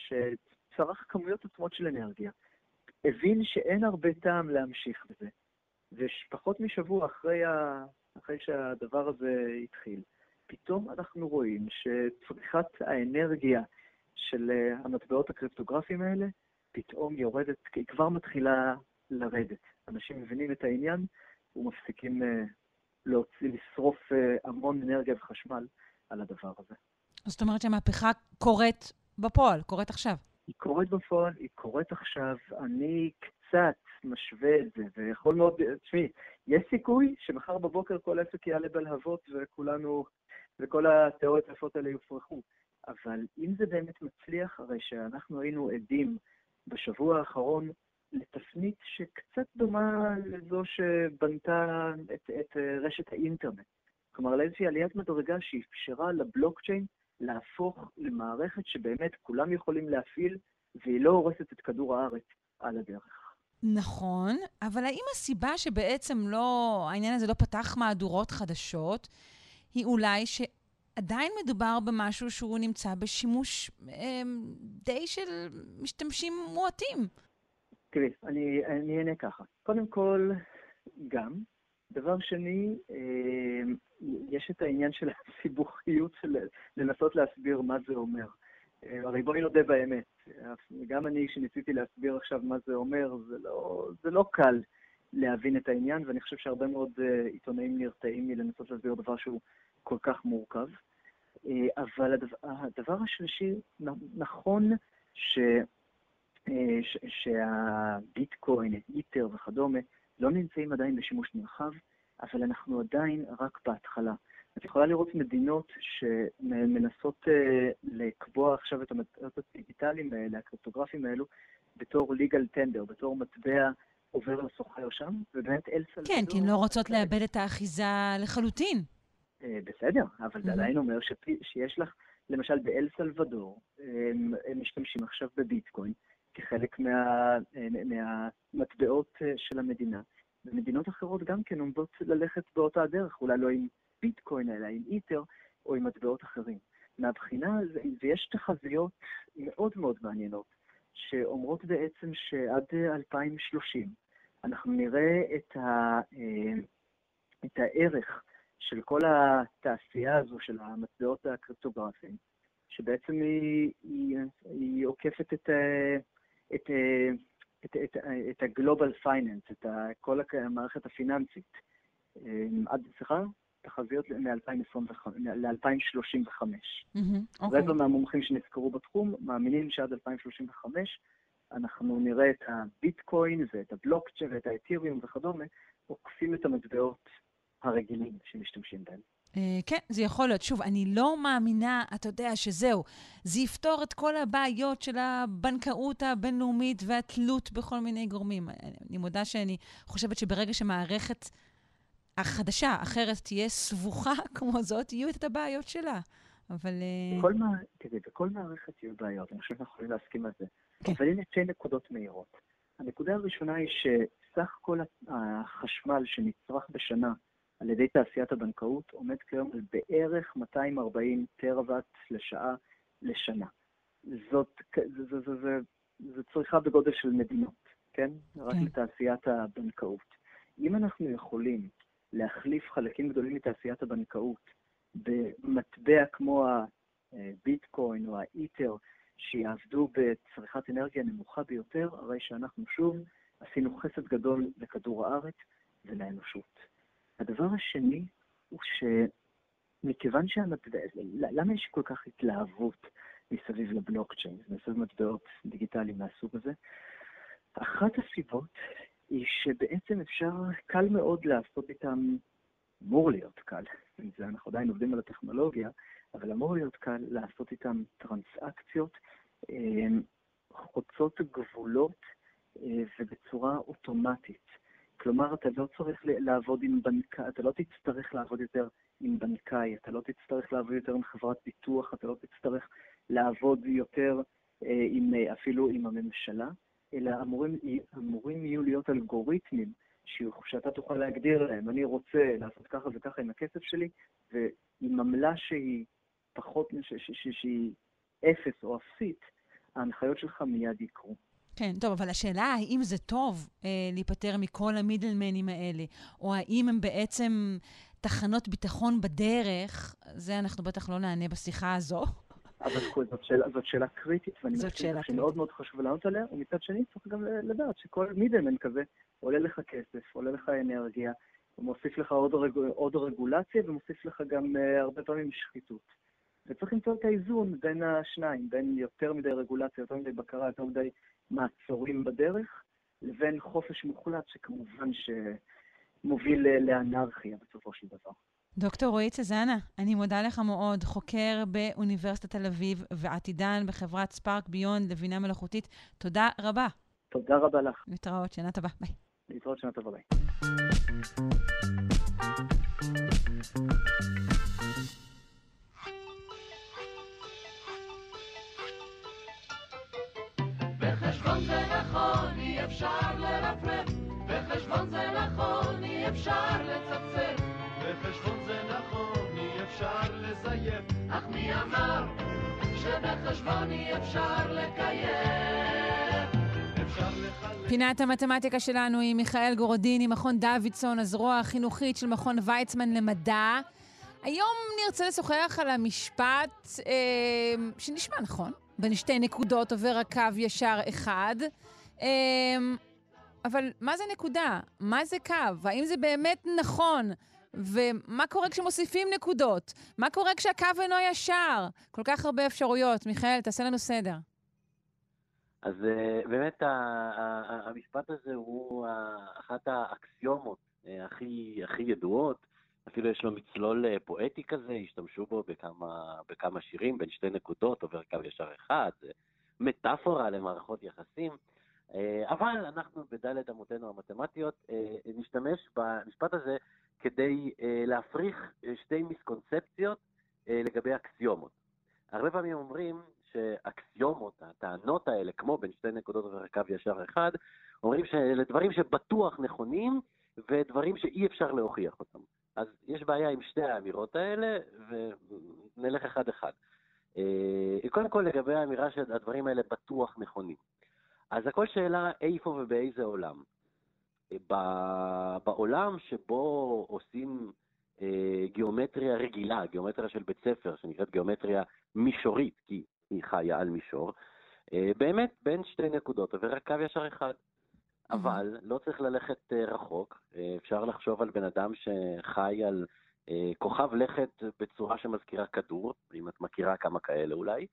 S5: שצרך כמויות עצמות של אנרגיה, הבין שאין הרבה טעם להמשיך בזה, ופחות משבוע אחרי, ה... אחרי שהדבר הזה התחיל, פתאום אנחנו רואים שצריכת האנרגיה של המטבעות הקריפטוגרפיים האלה פתאום יורדת, היא כבר מתחילה לרדת. אנשים מבינים את העניין ומפסיקים להוציא, לשרוף המון אנרגיה וחשמל על הדבר הזה.
S3: זאת אומרת שהמהפכה קורית בפועל, קורית עכשיו.
S5: היא קורית בפועל, היא קורית עכשיו. אני קצת משווה את זה, ויכול מאוד, תשמעי, יש סיכוי שמחר בבוקר כל עסק יעלה בלהבות וכולנו, וכל התיאוריות היפות האלה יופרחו. אבל אם זה באמת מצליח, הרי שאנחנו היינו עדים בשבוע האחרון לתפנית שקצת דומה לזו שבנתה את, את רשת האינטרנט. כלומר, לאיזושהי עליית מדרגה שאפשרה לבלוקצ'יין להפוך למערכת שבאמת כולם יכולים להפעיל, והיא לא הורסת את כדור הארץ על הדרך.
S3: נכון, אבל האם הסיבה שבעצם לא, העניין הזה לא פתח מהדורות חדשות, היא אולי עדיין מדובר במשהו שהוא נמצא בשימוש אה, די של משתמשים מועטים.
S5: תראי, אני, אני אענה ככה. קודם כל, גם. דבר שני, אה, יש את העניין של הסיבוכיות של לנסות להסביר מה זה אומר. אה, הרי בואי נודה באמת. גם אני, שניסיתי להסביר עכשיו מה זה אומר, זה לא, זה לא קל להבין את העניין, ואני חושב שהרבה מאוד אה, עיתונאים נרתעים מלנסות להסביר דבר שהוא כל כך מורכב. אה, אבל הדבר, הדבר השלישי, נכון ש... ש- שהביטקוין, איתר וכדומה, לא נמצאים עדיין בשימוש נרחב, אבל אנחנו עדיין רק בהתחלה. את יכולה לראות מדינות שמנסות uh, לקבוע עכשיו את המטבעות הדיגיטליים האלה, הקריפטוגרפיים האלו, בתור legal tender, בתור מטבע עובר לסוחר שם, ובאמת אל סלוודור... כן,
S3: כי הן לא רוצות לאבד את האחיזה לחלוטין.
S5: Uh, בסדר, אבל זה עדיין אומר שפ- שיש לך, למשל באל סלוודור, הם, הם משתמשים עכשיו בביטקוין, כחלק מה, מהמטבעות של המדינה. ומדינות אחרות גם כן עומדות ללכת באותה הדרך, אולי לא עם ביטקוין, אלא עם איתר, או עם מטבעות אחרים. מהבחינה, ויש תחזיות מאוד מאוד מעניינות, שאומרות בעצם שעד אלפיים ושלושים, אנחנו נראה את, ה, את הערך של כל התעשייה הזו של המטבעות הקריפטוגרפיים, שבעצם היא, היא, היא עוקפת את... את, את, את, את הגלובל פייננס, את כל המערכת הפיננסית. עד, סליחה, תחזיות ל-אלפיים שלושים וחמש. רבע מהמומחים שנזכרו בתחום מאמינים שעד אלפיים שלושים וחמש אנחנו נראה את הביטקוין ואת הבלוקצ'יין ואת האתיריום וכדומה, עוקפים את המטבעות הרגילים שמשתמשים בהם.
S3: כן, זה יכול להיות. שוב, אני לא מאמינה, אתה יודע, שזהו. זה יפתור את כל הבעיות של הבנקאות הבינלאומית והתלות בכל מיני גורמים. אני מודה שאני חושבת שברגע שמערכת החדשה, אחרת תהיה סבוכה כמו זאת, יהיו את הבעיות שלה. אבל...
S5: בכל, מה, תראי, בכל מערכת יהיו בעיות, אני חושב שאנחנו יכולים להסכים על זה. כן. אבל הנה שתי נקודות מהירות. הנקודה הראשונה היא שסך כל החשמל שנצרך בשנה על ידי תעשיית הבנקאות עומד כיום על בערך מאתיים וארבעים טראוואט לשעה לשנה. זאת, זו, זו, זו, זו, זו צריכה בגודל של מדינות, כן? רק
S3: כן.
S5: לתעשיית הבנקאות. אם אנחנו יכולים להחליף חלקים גדולים מתעשיית הבנקאות במטבע כמו הביטקוין או האיתר, שיעבדו בצריכת אנרגיה נמוכה ביותר, הרי שאנחנו שוב עשינו חסד גדול לכדור הארץ ולאנושות. הדבר השני הוא שמכיוון שהמטבע, למה יש כל כך התלהבות מסביב לבלוקצ'יין, מסביב מטבעות דיגיטליים מהסוג הזה? אחת הסיבות היא שבעצם אפשר, קל מאוד לעשות איתם, אמור להיות קל, זה אנחנו עדיין עובדים על הטכנולוגיה, אבל אמור להיות קל לעשות איתם טרנסאקציות, חוצות גבולות ובצורה אוטומטית. כלומר, אתה לא צריך לעבוד עם בנקאי, אתה לא תצטרך לעבוד יותר עם בנקאי, אתה לא תצטרך לעבוד יותר עם חברת ביטוח, אתה לא תצטרך לעבוד יותר עם, אפילו עם הממשלה, אלא אמורים, אמורים יהיו להיות אלגוריתמים שאתה תוכל להגדיר להם, אני רוצה לעשות ככה וככה עם הכסף שלי, ועם עמלה שהיא פחות, שהיא אפס או אפסית, ההנחיות שלך מיד יקרו.
S3: כן, טוב, אבל השאלה האם זה טוב אה, להיפטר מכל המידלמנים האלה, או האם הם בעצם תחנות ביטחון בדרך, זה אנחנו בטח לא נענה בשיחה הזו.
S5: אבל זאת שאלה, זאת שאלה קריטית, ואני חושב שמאוד מאוד חשוב לענות עליה, ומצד שני צריך גם לדעת שכל מידלמן כזה עולה לך כסף, עולה לך אנרגיה, ומוסיף לך עוד, רג... עוד רגולציה, ומוסיף לך גם uh, הרבה פעמים שחיתות. וצריך למצוא את האיזון בין השניים, בין יותר מדי רגולציה, יותר מדי בקרה, יותר מדי מעצורים בדרך, לבין חופש מוחלט שכמובן שמוביל לאנרכיה בסופו של דבר.
S3: דוקטור רועי צזנה, אני מודה לך מאוד, חוקר באוניברסיטת תל אביב ועתידן בחברת ספארק ביונד לבינה מלאכותית. תודה רבה.
S5: תודה רבה לך.
S3: להתראות, שנה טובה, ביי.
S5: להתראות, שנה טובה, ביי.
S6: בחשבון זה נכון, אי אפשר לרפרף, בחשבון זה נכון, אי אפשר לצפצף, בחשבון זה נכון, אי אפשר אפשר לזייף, אך מי אמר שבחשבון אי אפשר לקיים? אפשר לחלק...
S3: פינת המתמטיקה שלנו היא מיכאל גורודיני, מכון דוידסון, הזרוע החינוכית של מכון ויצמן למדע. היום נרצה לשוחח על המשפט אה, שנשמע נכון, בין שתי נקודות עובר הקו ישר אחד. אה, אבל מה זה נקודה? מה זה קו? האם זה באמת נכון? ומה קורה כשמוסיפים נקודות? מה קורה כשהקו אינו ישר? כל כך הרבה אפשרויות. מיכאל, תעשה לנו סדר.
S7: אז באמת המשפט הזה הוא אחת האקסיומות הכי, הכי ידועות. אפילו יש לו מצלול פואטי כזה, השתמשו בו בכמה, בכמה שירים, בין שתי נקודות, עובר קו ישר אחד, זה מטאפורה למערכות יחסים. אבל אנחנו בדלת אמותינו המתמטיות נשתמש במשפט הזה כדי להפריך שתי מיסקונספציות לגבי אקסיומות. הרבה פעמים אומרים שאקסיומות, הטענות האלה, כמו בין שתי נקודות עובר קו ישר אחד, אומרים שאלה דברים שבטוח נכונים ודברים שאי אפשר להוכיח אותם. אז יש בעיה עם שתי האמירות האלה, ונלך אחד אחד. קודם כל לגבי האמירה שהדברים האלה בטוח נכונים. אז הכל שאלה איפה ובאיזה עולם. בעולם שבו עושים גיאומטריה רגילה, גיאומטריה של בית ספר, שנקראת גיאומטריה מישורית, כי היא חיה על מישור, באמת בין שתי נקודות עובר קו ישר אחד. אבל לא צריך ללכת רחוק, אפשר לחשוב על בן אדם שחי על כוכב לכת בצורה שמזכירה כדור, אם את מכירה כמה כאלה אולי,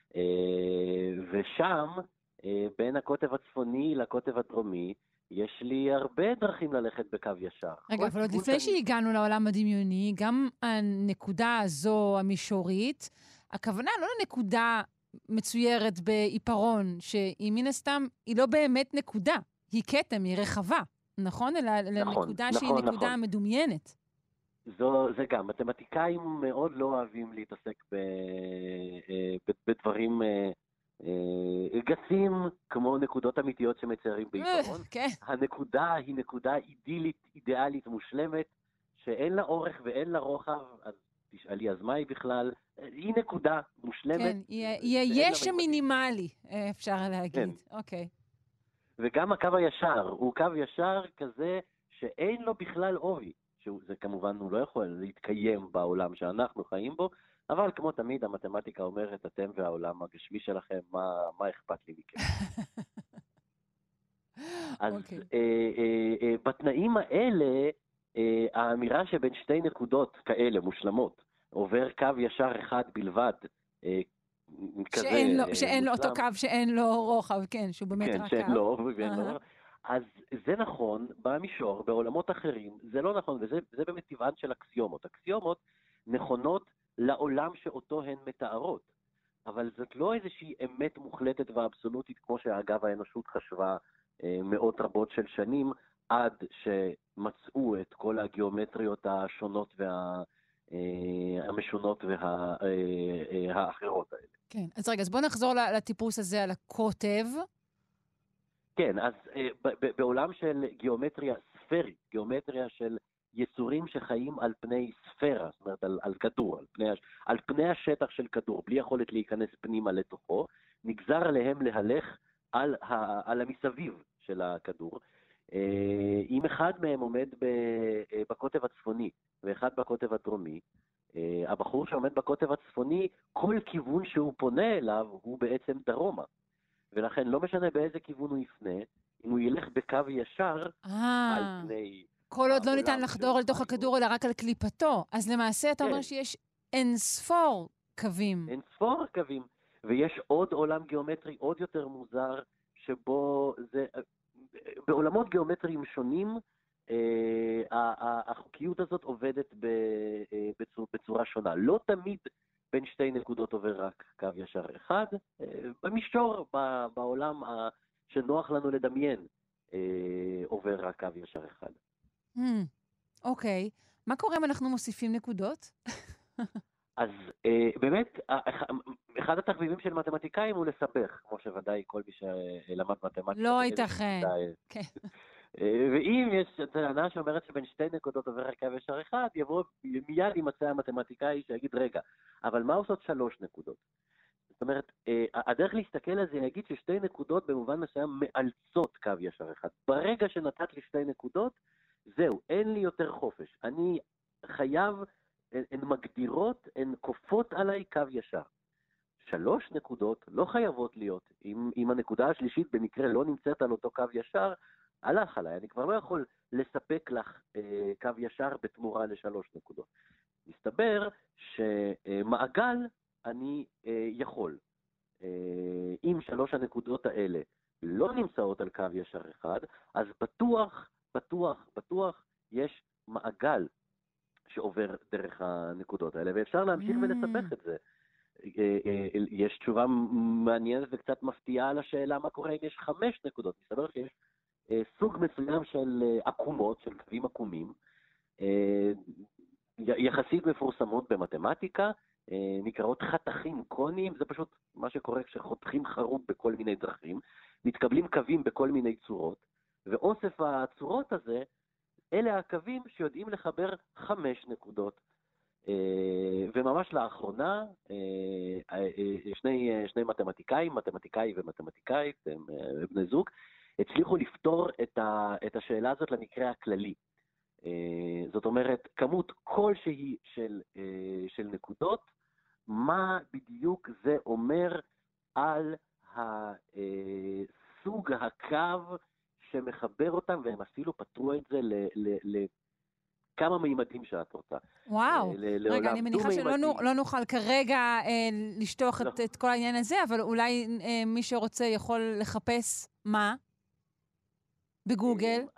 S7: ושם בין הקוטב הצפוני לקוטב הדרומי, יש לי הרבה דרכים ללכת בקו ישר.
S3: רגע, אבל עוד לפני שהגענו לעולם הדמיוני, גם הנקודה הזו המישורית, הכוונה לא לנקודה מצוירת בעיפרון, שהיא מן הסתם, היא לא באמת נקודה. היא קטם, היא רחבה, נכון? אלא
S7: נכון,
S3: לנקודה
S7: נכון,
S3: שהיא
S7: נכון.
S3: נקודה מדומיינת.
S7: זו, זה גם, מתמטיקאים מאוד לא אוהבים להתעסק ב, ב, בדברים גסים, כמו נקודות אמיתיות שמציירים בעיקרון.
S3: כן.
S7: הנקודה היא נקודה אידילית, אידיאלית, מושלמת, שאין לה אורך ואין לה רוחב, אז תשאלי, אז מה היא בכלל? היא נקודה מושלמת.
S3: כן, היא היש המינימלי, אפשר להגיד. אוקיי.
S7: וגם הקו הישר, הוא קו ישר כזה שאין לו בכלל עובי. שזה כמובן הוא לא יכול להתקיים בעולם שאנחנו חיים בו, אבל כמו תמיד המתמטיקה אומרת, אתם והעולם הגשמי שלכם, מה, מה אכפת לי מכם? אז
S3: okay.
S7: אה, אה, אה, בתנאים האלה, אה, האמירה שבין שתי נקודות כאלה מושלמות, עובר קו ישר אחד בלבד, אה, כזה,
S3: שאין לו,
S7: אה,
S3: שאין לו
S7: מושלם,
S3: אותו קו, שאין לו רוחב, כן, שהוא באמת
S7: כן,
S3: רק
S7: שאין
S3: קו.
S7: לו, ואין לו. אז זה נכון במישור, בעולמות אחרים, זה לא נכון, וזה זה באמת טבען של אקסיומות. אקסיומות נכונות לעולם שאותו הן מתארות, אבל זאת לא איזושהי אמת מוחלטת ואבסולוטית, כמו שאגב האנושות חשבה אה, מאות רבות של שנים, עד שמצאו את כל הגיאומטריות השונות והמשונות והאחרות האלה.
S3: כן, אז רגע, אז בוא נחזור לטיפוס הזה על הקוטב.
S7: כן, אז ב- בעולם של גיאומטריה ספרית, גיאומטריה של יצורים שחיים על פני ספירה, זאת אומרת על, על כדור, על פני, על פני השטח של כדור, בלי יכולת להיכנס פנימה לתוכו, נגזר עליהם להלך על, ה, על המסביב של הכדור. אם אחד מהם עומד בקוטב הצפוני ואחד בקוטב הדרומי, הבחור שעומד בקוטב הצפוני, כל כיוון שהוא פונה אליו הוא בעצם דרומה. ולכן לא משנה באיזה כיוון הוא יפנה, אם הוא ילך בקו ישר על פני...
S3: כל עוד לא ניתן לחדור אל תוך הכדור, אלא רק על קליפתו. אז למעשה אתה אומר שיש אין ספור קווים.
S7: אין ספור קווים. ויש עוד עולם גיאומטרי עוד יותר מוזר, שבו זה... בעולמות גיאומטריים שונים, החוקיות הזאת עובדת בצורה שונה. לא תמיד בין שתי נקודות עובר רק קו ישר אחד, במישור, בעולם שנוח לנו לדמיין, עובר רק קו ישר אחד.
S3: אוקיי. מה קורה אם אנחנו מוסיפים נקודות?
S7: אז באמת, אחד התחביבים של מתמטיקאים הוא לסבך, כמו שוודאי כל מי שלמד מתמטיקה.
S3: לא ייתכן.
S7: ואם יש טענה שאומרת שבין שתי נקודות עובר הקו ישר אחד, יבוא מיד יימצא המתמטיקאי שיגיד, רגע, אבל מה עושות שלוש נקודות? זאת אומרת, הדרך להסתכל על זה יגיד ששתי נקודות במובן מסוים מאלצות קו ישר אחד. ברגע שנתת לי שתי נקודות, זהו, אין לי יותר חופש. אני חייב, הן מגדירות, הן כופות עליי קו ישר. שלוש נקודות לא חייבות להיות. אם, אם הנקודה השלישית במקרה לא נמצאת על אותו קו ישר, הלך עליי. אני כבר לא יכול לספק לך אה, קו ישר בתמורה לשלוש נקודות. מסתבר שמעגל אני אה, יכול. אה, אם שלוש הנקודות האלה לא נמצאות על קו ישר אחד, אז בטוח, בטוח, בטוח יש מעגל שעובר דרך הנקודות האלה, ואפשר להמשיך mm. ולסבך את זה. יש תשובה מעניינת וקצת מפתיעה על השאלה מה קורה אם יש חמש נקודות. מסתבר שיש סוג מסוים של עקומות, של קווים עקומים, יחסית מפורסמות במתמטיקה, נקראות חתכים קוניים. זה פשוט מה שקורה כשחותכים חרוט בכל מיני דרכים, מתקבלים קווים בכל מיני צורות, ואוסף הצורות הזה, אלה הקווים שיודעים לחבר חמש נקודות. וממש לאחרונה, שני, שני מתמטיקאים, מתמטיקאי ומתמטיקאית, הם בני זוג, הצליחו לפתור את, ה, את השאלה הזאת למקרה הכללי. זאת אומרת, כמות כלשהי של, של נקודות, מה בדיוק זה אומר על סוג הקו שמחבר אותם, והם אפילו פתרו את זה ל, ל, ל, כמה מימדים שאת רוצה.
S3: וואו. רגע, אני מניחה שלא לא נוכל כרגע אה, לשטוח לא. את, את כל העניין הזה, אבל אולי אה, מי שרוצה יכול לחפש מה? בגוגל?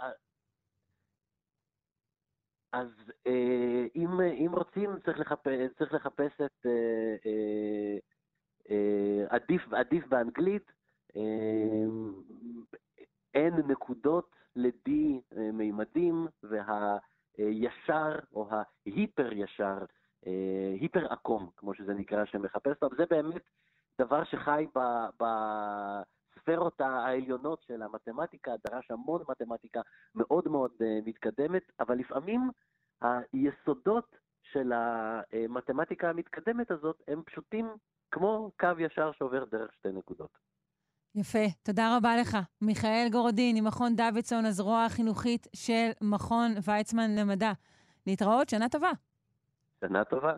S7: אז אה, אם, אם רוצים, צריך לחפש, צריך לחפש את אה, אה, אה, עדיף, עדיף באנגלית, אה, אין נקודות לדי אה, מימדים, וה... ישר, או ההיפר ישר, היפר עקום, כמו שזה נקרא, שמחפש אותם. זה באמת דבר שחי בספרות העליונות של המתמטיקה, דרש המון מתמטיקה מאוד מאוד מתקדמת, אבל לפעמים היסודות של המתמטיקה המתקדמת הזאת הם פשוטים כמו קו ישר שעובר דרך שתי נקודות.
S3: יפה, תודה רבה לך. מיכאל גורדין, ממכון דוידסון, הזרוע החינוכית של מכון ויצמן למדע. להתראות, שנה טובה.
S7: שנה טובה.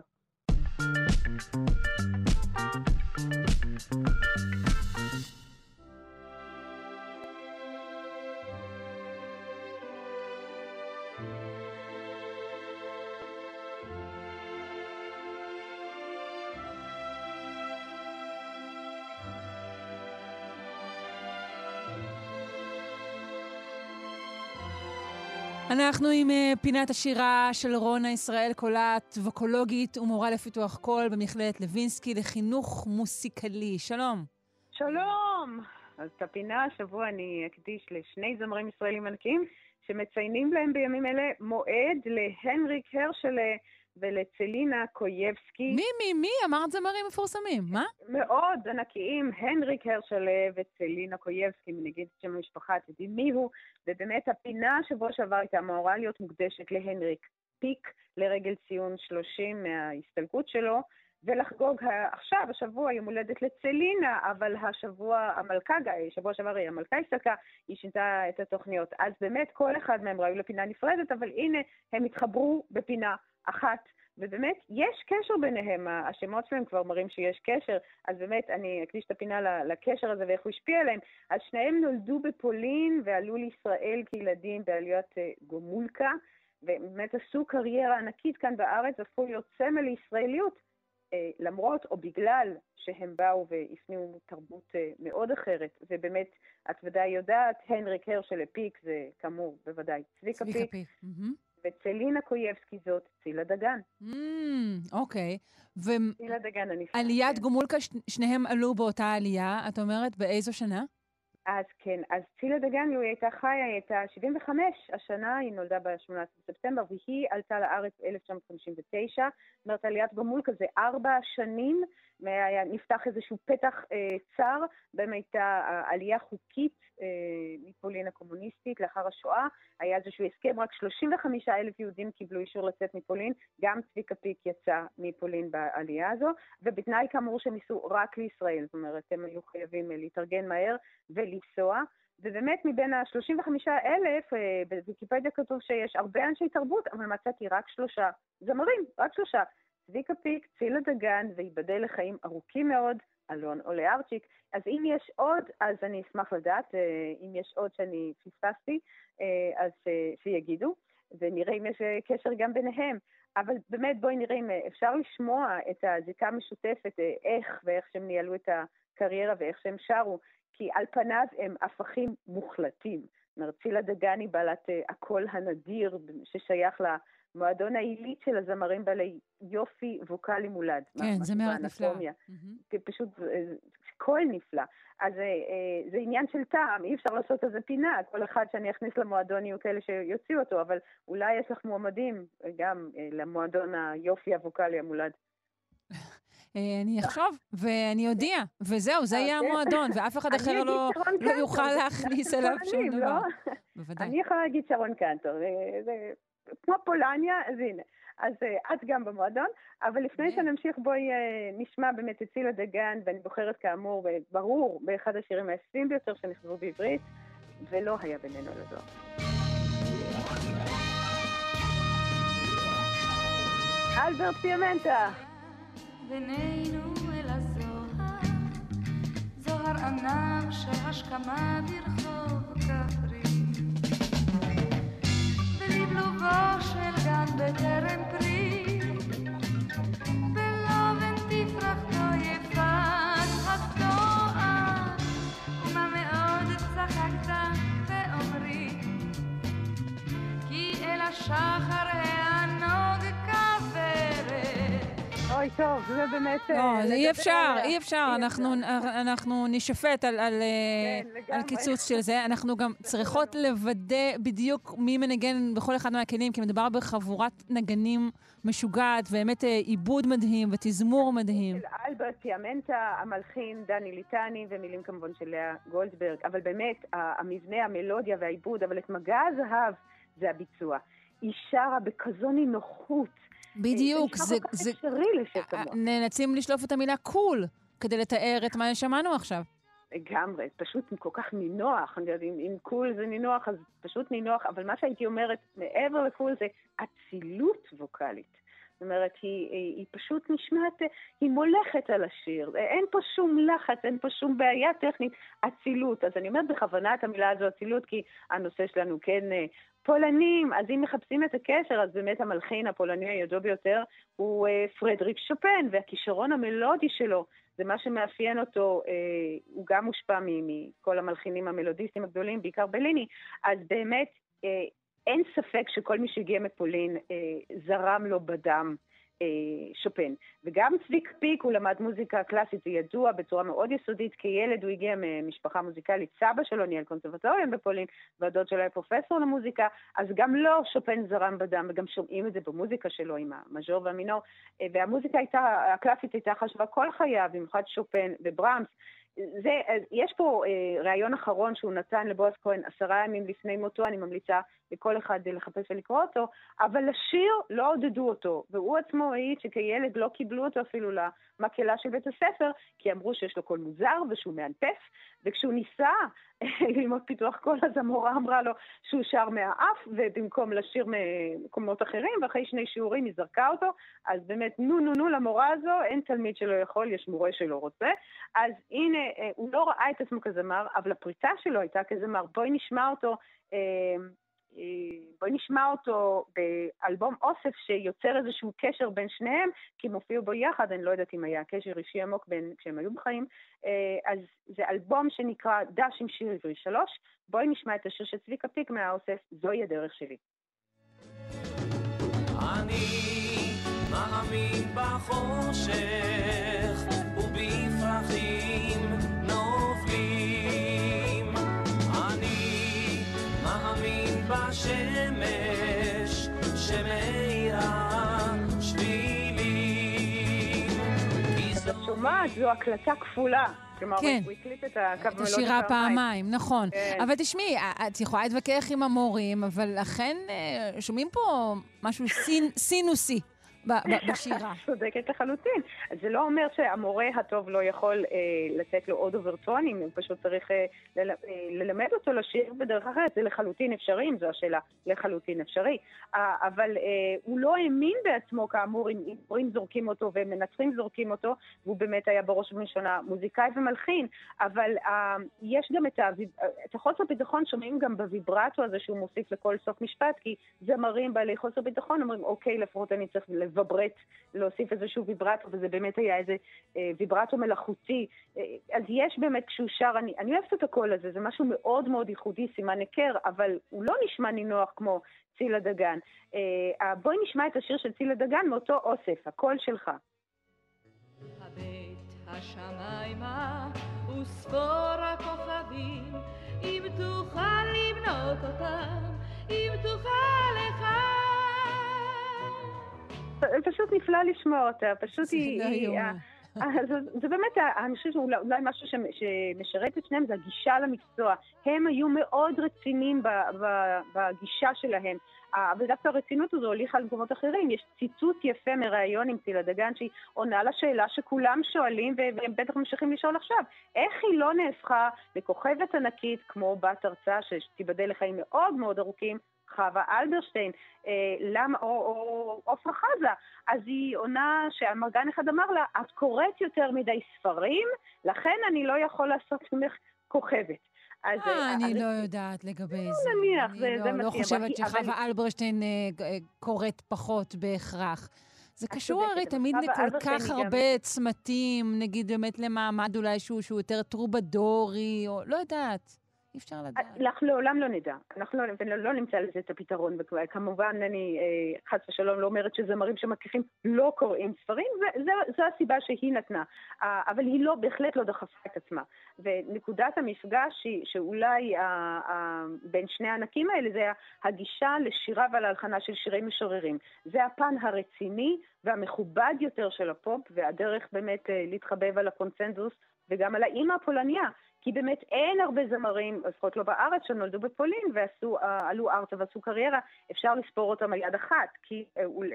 S3: אנחנו עם uh, פינת השירה של רונה ישראל קולט, ווקולוגית ומורה לפיתוח קול במכללת לוינסקי לחינוך מוסיקלי. שלום.
S8: שלום. אז את הפינה השבוע אני אקדיש לשני זמרים ישראלים ענקיים שמציינים להם בימים אלה מועד, להנריק הרשל ולצלינה קויבסקי.
S3: מי, מי, מי? אמרת זמרים מפורסמים, מה?
S8: מאוד ענקיים, הנריק הרשל וצלינה קויבסקי, מנגיד שם המשפחה, תדעי מי הוא, ובאמת הפינה שבוע שעבר הייתה אמורה להיות מוקדשת להנריק פיק, לרגל ציון שלושים מההסתלקות שלו, ולחגוג עכשיו, השבוע, יום הולדת לצלינה, אבל השבוע המלכה, שבוע שעבר היא המלכה הסתלקה, היא שינתה את התוכניות. אז באמת כל אחד מהם ראו לפינה נפרדת, אבל הנה הם התחברו בפינה אחת, ובאמת יש קשר ביניהם, השמות שלהם כבר מראים שיש קשר, אז באמת אני אקדיש את הפינה לקשר הזה ואיך הוא השפיע עליהם. אז שניהם נולדו בפולין ועלו לישראל כילדים בעליית גומולקה, ובאמת עשו קריירה ענקית כאן בארץ, הפכו להיות סמל לישראליות, למרות או בגלל שהם באו והפניעו תרבות מאוד אחרת. ובאמת, את ודאי יודעת, הנריק הרשל פיק זה כאמור בוודאי צביקה פיק. פיק. וצלינה קויבסקי זאת צילה דגן.
S3: אוקיי.
S8: צילה דגן הנפלאה.
S3: עליית גומולקה, שניהם עלו באותה עלייה, את אומרת, באיזו שנה?
S8: אז כן, אז צילה דגן, היא הייתה חיה, היא הייתה שבעים וחמש, השנה היא נולדה ב-שמונה עשרה בספטמבר, והיא עלתה לארץ ב-אלף תשע מאות חמישים ותשע, זאת אומרת, עליית גומולקה זה ארבע שנים נפתח איזשהו פתח אה, צר, בהם הייתה עלייה חוקית אה, מפולין הקומוניסטית לאחר השואה, היה איזשהו הסכם, רק שלושים וחמישה אלף יהודים קיבלו אישור לצאת מפולין, גם צביקה פיק יצא מפולין בעלייה הזו, ובתנאי כאמור שהם ייסעו רק לישראל, זאת אומרת, הם היו חייבים להתארגן מהר ולנסוע, ובאמת מבין ה-שלושים וחמישה אלף, בוויקיפדיה כתוב שיש הרבה אנשי תרבות, אבל מצאתי רק שלושה זמרים, רק שלושה. צביקה פיק, צילה דגן, ויבדל לחיים ארוכים מאוד, אלון עולה ארצ'יק. אז אם יש עוד, אז אני אשמח לדעת, אם יש עוד שאני פספסתי, אז שיגידו, ונראה אם יש קשר גם ביניהם. אבל באמת בואי נראה אם אפשר לשמוע את הזיקה המשותפת, איך ואיך שהם ניהלו את הקריירה ואיך שהם שרו, כי על פניו הם הפכים מוחלטים. צילה דגן היא בעלת הקול הנדיר ששייך למועדון העילית של הזמרים בעלי יופי ווקלי מולד.
S3: כן, זה מאוד נפלא.
S8: פשוט קול נפלא. אז זה עניין של טעם, אי אפשר לעשות איזה פינה, כל אחד שאני אכניס למועדון יהיו כאלה שיוציאו אותו, אבל אולי יש לך מועמדים גם למועדון היופי הווקלי המולד.
S3: אני אחשוב, ואני אודיע, וזהו, זה יהיה המועדון, ואף אחד אחר לא יוכל להכניס אליו שום דבר.
S8: אני יכולה להגיד שרון קנטור, זה כמו פולניה, אז הנה. אז את גם במועדון, אבל לפני שנמשיך בואי נשמע באמת את צילה דגן, ואני בוחרת כאמור, ברור, באחד השירים היפים ביותר שנכתבו בעברית, ולא היה בינינו לדור. אלברט פיאמנטה.
S6: בינינו אל הזוהר, זוהר ענב שהשכמה ברחוב כפרי, בלבלובו של גן בטרם פרי, בלובן תפרחתו יפת התואר, ומה מאוד צחקת ואומרי, כי אל השחר הענוג
S8: אוי, טוב, זה באמת...
S3: לא, אי אפשר, אי אפשר, אנחנו נשפט על קיצוץ של זה. אנחנו גם צריכות לוודא בדיוק מי מנגן בכל אחד מהכלים, כי מדובר בחבורת נגנים משוגעת, באמת עיבוד מדהים ותזמור מדהים.
S8: של אלברט פיאמנטה, המלחין דני ליטני, ומילים כמובן של לאה גולדברג, אבל באמת המבנה, המלודיה והעיבוד, אבל את מגע הזהב זה הביצוע. היא שרה בכזו נינוחות,
S3: בדיוק, זה
S8: זה אפשרי לשיר כמוה.
S3: נאלצים לשלוף את המילה קול כדי לתאר את מה ששמענו עכשיו.
S8: לגמרי, פשוט כל כך נינוח, אני יודעת, אם קול זה נינוח, אז פשוט נינוח, אבל מה שהייתי אומרת, מעבר לקול זה אצילות ווקלית. זאת אומרת, היא, היא, היא פשוט נשמעת, היא מולכת על השיר, אין פה שום לחץ, אין פה שום בעיה טכנית, אצילות. אז אני אומרת בכוונה את המילה הזו אצילות, כי הנושא שלנו כן פולנים, אז אם מחפשים את הקשר, אז באמת המלחין הפולני הידוע ביותר הוא אה, פרדריק שופן, והכישרון המלודי שלו, זה מה שמאפיין אותו, אה, הוא גם מושפע מכל המלחינים המלודיסטים הגדולים, בעיקר בליני, אז באמת אה, אין ספק שכל מי שהגיע מפולין אה, זרם לו בדם אה, שופן. וגם צביק פיק, הוא למד מוזיקה קלאסית, זה ידוע בצורה מאוד יסודית, כילד הוא הגיע ממשפחה מוזיקלית, סבא שלו ניהל קונסרבטוריון בפולין, והדוד שלו היה פרופסור למוזיקה, אז גם לא שופן זרם בדם, וגם שומעים את זה במוזיקה שלו עם המז'ור והמינור, אה, והמוזיקה הייתה, הקלאסית הייתה חשובה כל חייו, במיוחד שופן וברמס, זה, יש פה אה, ראיון אחרון שהוא נתן לבועז כהן עשרה ימים לפני מותו, אני ממליצה לכל אחד לחפש ולקרוא אותו, אבל לשיר לא עודדו אותו, והוא עצמו העיד שכילד לא קיבלו אותו אפילו למקהלה של בית הספר, כי אמרו שיש לו קול מוזר ושהוא מאנפף, וכשהוא ניסה ללמוד פיתוח קול, אז המורה אמרה לו שהוא שר מהאף, ובמקום לשיר ממקומות אחרים, ואחרי שני שיעורים היא זרקה אותו, אז באמת נו נו נו למורה הזו, אין תלמיד שלא יכול, יש מורה שלא רוצה, אז הנה, הוא לא ראה את עצמו כזמר, אבל הפריצה שלו הייתה כזמר, בואי נשמע אותו, בואי נשמע אותו באלבום אוסף שיוצר איזשהו קשר בין שניהם, כי הם הופיעו בו יחד, אני לא יודעת אם היה קשר אישי עמוק בין כשהם היו בחיים, אז זה אלבום שנקרא דש עם שיר עברי שלוש, בואי נשמע את השיר של צביקה פיק מהאוסף, זוהי הדרך שלי.
S9: אני מאמין בחושך ובפרחים נופלים, אני מאמין בשמש שמאירה שבילים.
S8: שומעת זו הקלטה כפולה. כלומר,
S3: כן.
S8: הוא הקליט את הקו
S3: את השירה פעמיים, נכון.
S8: כן.
S3: אבל תשמעי, את יכולה להתווכח עם המורים, אבל לכן שומעים פה משהו סין, סינוסי ב- ב- בשירה.
S8: צודקת לחלוטין. זה לא אומר שהמורה הטוב לא יכול אה, לתת לו עוד אוברטונים, הוא פשוט צריך אה, ל- אה, ללמד אותו לשיר בדרך אחרת. זה לחלוטין אפשרי, אם זו השאלה, לחלוטין אפשרי. אה, אבל אה, הוא לא האמין בעצמו, כאמור, אם מורים זורקים אותו ומנצחים זורקים אותו, והוא באמת היה בראש ובראשונה מוזיקאי ומלחין. אבל אה, יש גם את, הוויב... את החוסר ביטחון, שומעים גם בוויברטו הזה שהוא מוסיף לכל סוף משפט, כי זמרים בעלי חוסר ביטחון אומרים, אוקיי, לפחות אני צריך וברט, להוסיף איזשהו ויברטו, וזה באמת היה איזה אה, ויברטו מלאכותי. אה, אז יש באמת, כשהוא שר, אני, אני אוהבת את הקול הזה, זה משהו מאוד מאוד ייחודי, סימן היכר, אבל הוא לא נשמע נינוח כמו צילה דגן. אה, בואי נשמע את השיר של צילה דגן מאותו אוסף, הקול שלך.
S6: הבית השמיימה וספור הכוכבים, אם תוכל לבנות אותם, אם תוכל לך.
S8: פשוט נפלא לשמוע אותה, פשוט
S3: זה
S8: היא...
S3: לא יאומן.
S8: זה, זה באמת, אני חושבת שאולי אולי משהו שמשרת את שניהם, זה הגישה למקצוע. הם היו מאוד רצינים בגישה שלהם, אבל דווקא הרצינות הזו הוליכה למקומות אחרים. יש ציטוט יפה מראיון עם צילה דגן, שהיא עונה לשאלה שכולם שואלים, והם בטח ממשיכים לשאול עכשיו. איך היא לא נהפכה לכוכבת ענקית, כמו בת הרצאה, שתיבדל לחיים מאוד מאוד ארוכים, חווה אלברשטיין, אה, למה, או, או עופרה חזה. אז היא עונה שהמרגן אחד אמר לה, את קוראת יותר מדי ספרים, לכן אני לא יכול לעשות ממך כוכבת.
S3: אז, אה, אני לא יודעת לגבי זה.
S8: נניח,
S3: אני
S8: זה,
S3: לא,
S8: זה
S3: לא
S8: מתאים,
S3: חושבת שחווה
S8: אבל...
S3: אלברשטיין אה, קוראת פחות בהכרח. זה קשור הרי תמיד לכל כך הרבה
S8: גם...
S3: צמתים, נגיד באמת למעמד אולי שהוא, שהוא יותר טרובדורי, או לא יודעת. אי אפשר לדעת.
S8: אנחנו לעולם לא נדע. אנחנו לא, לא, לא נמצא לזה את הפתרון. כמובן, אני אה, חס ושלום לא אומרת שזמרים שמכירים לא קוראים ספרים, וזו הסיבה שהיא נתנה. אה, אבל היא לא, בהחלט לא דחפה את עצמה. ונקודת המפגש היא שאולי אה, אה, בין שני הענקים האלה, זה הגישה לשירה ולהלחנה של שירי משוררים. זה הפן הרציני והמכובד יותר של הפופ, והדרך באמת אה, להתחבב על הקונצנזוס, וגם על האמא הפולניה. כי באמת אין הרבה זמרים, לפחות לא בארץ, שנולדו בפולין ועלו ארצה ועשו קריירה, אפשר לספור אותם על יד אחת, כי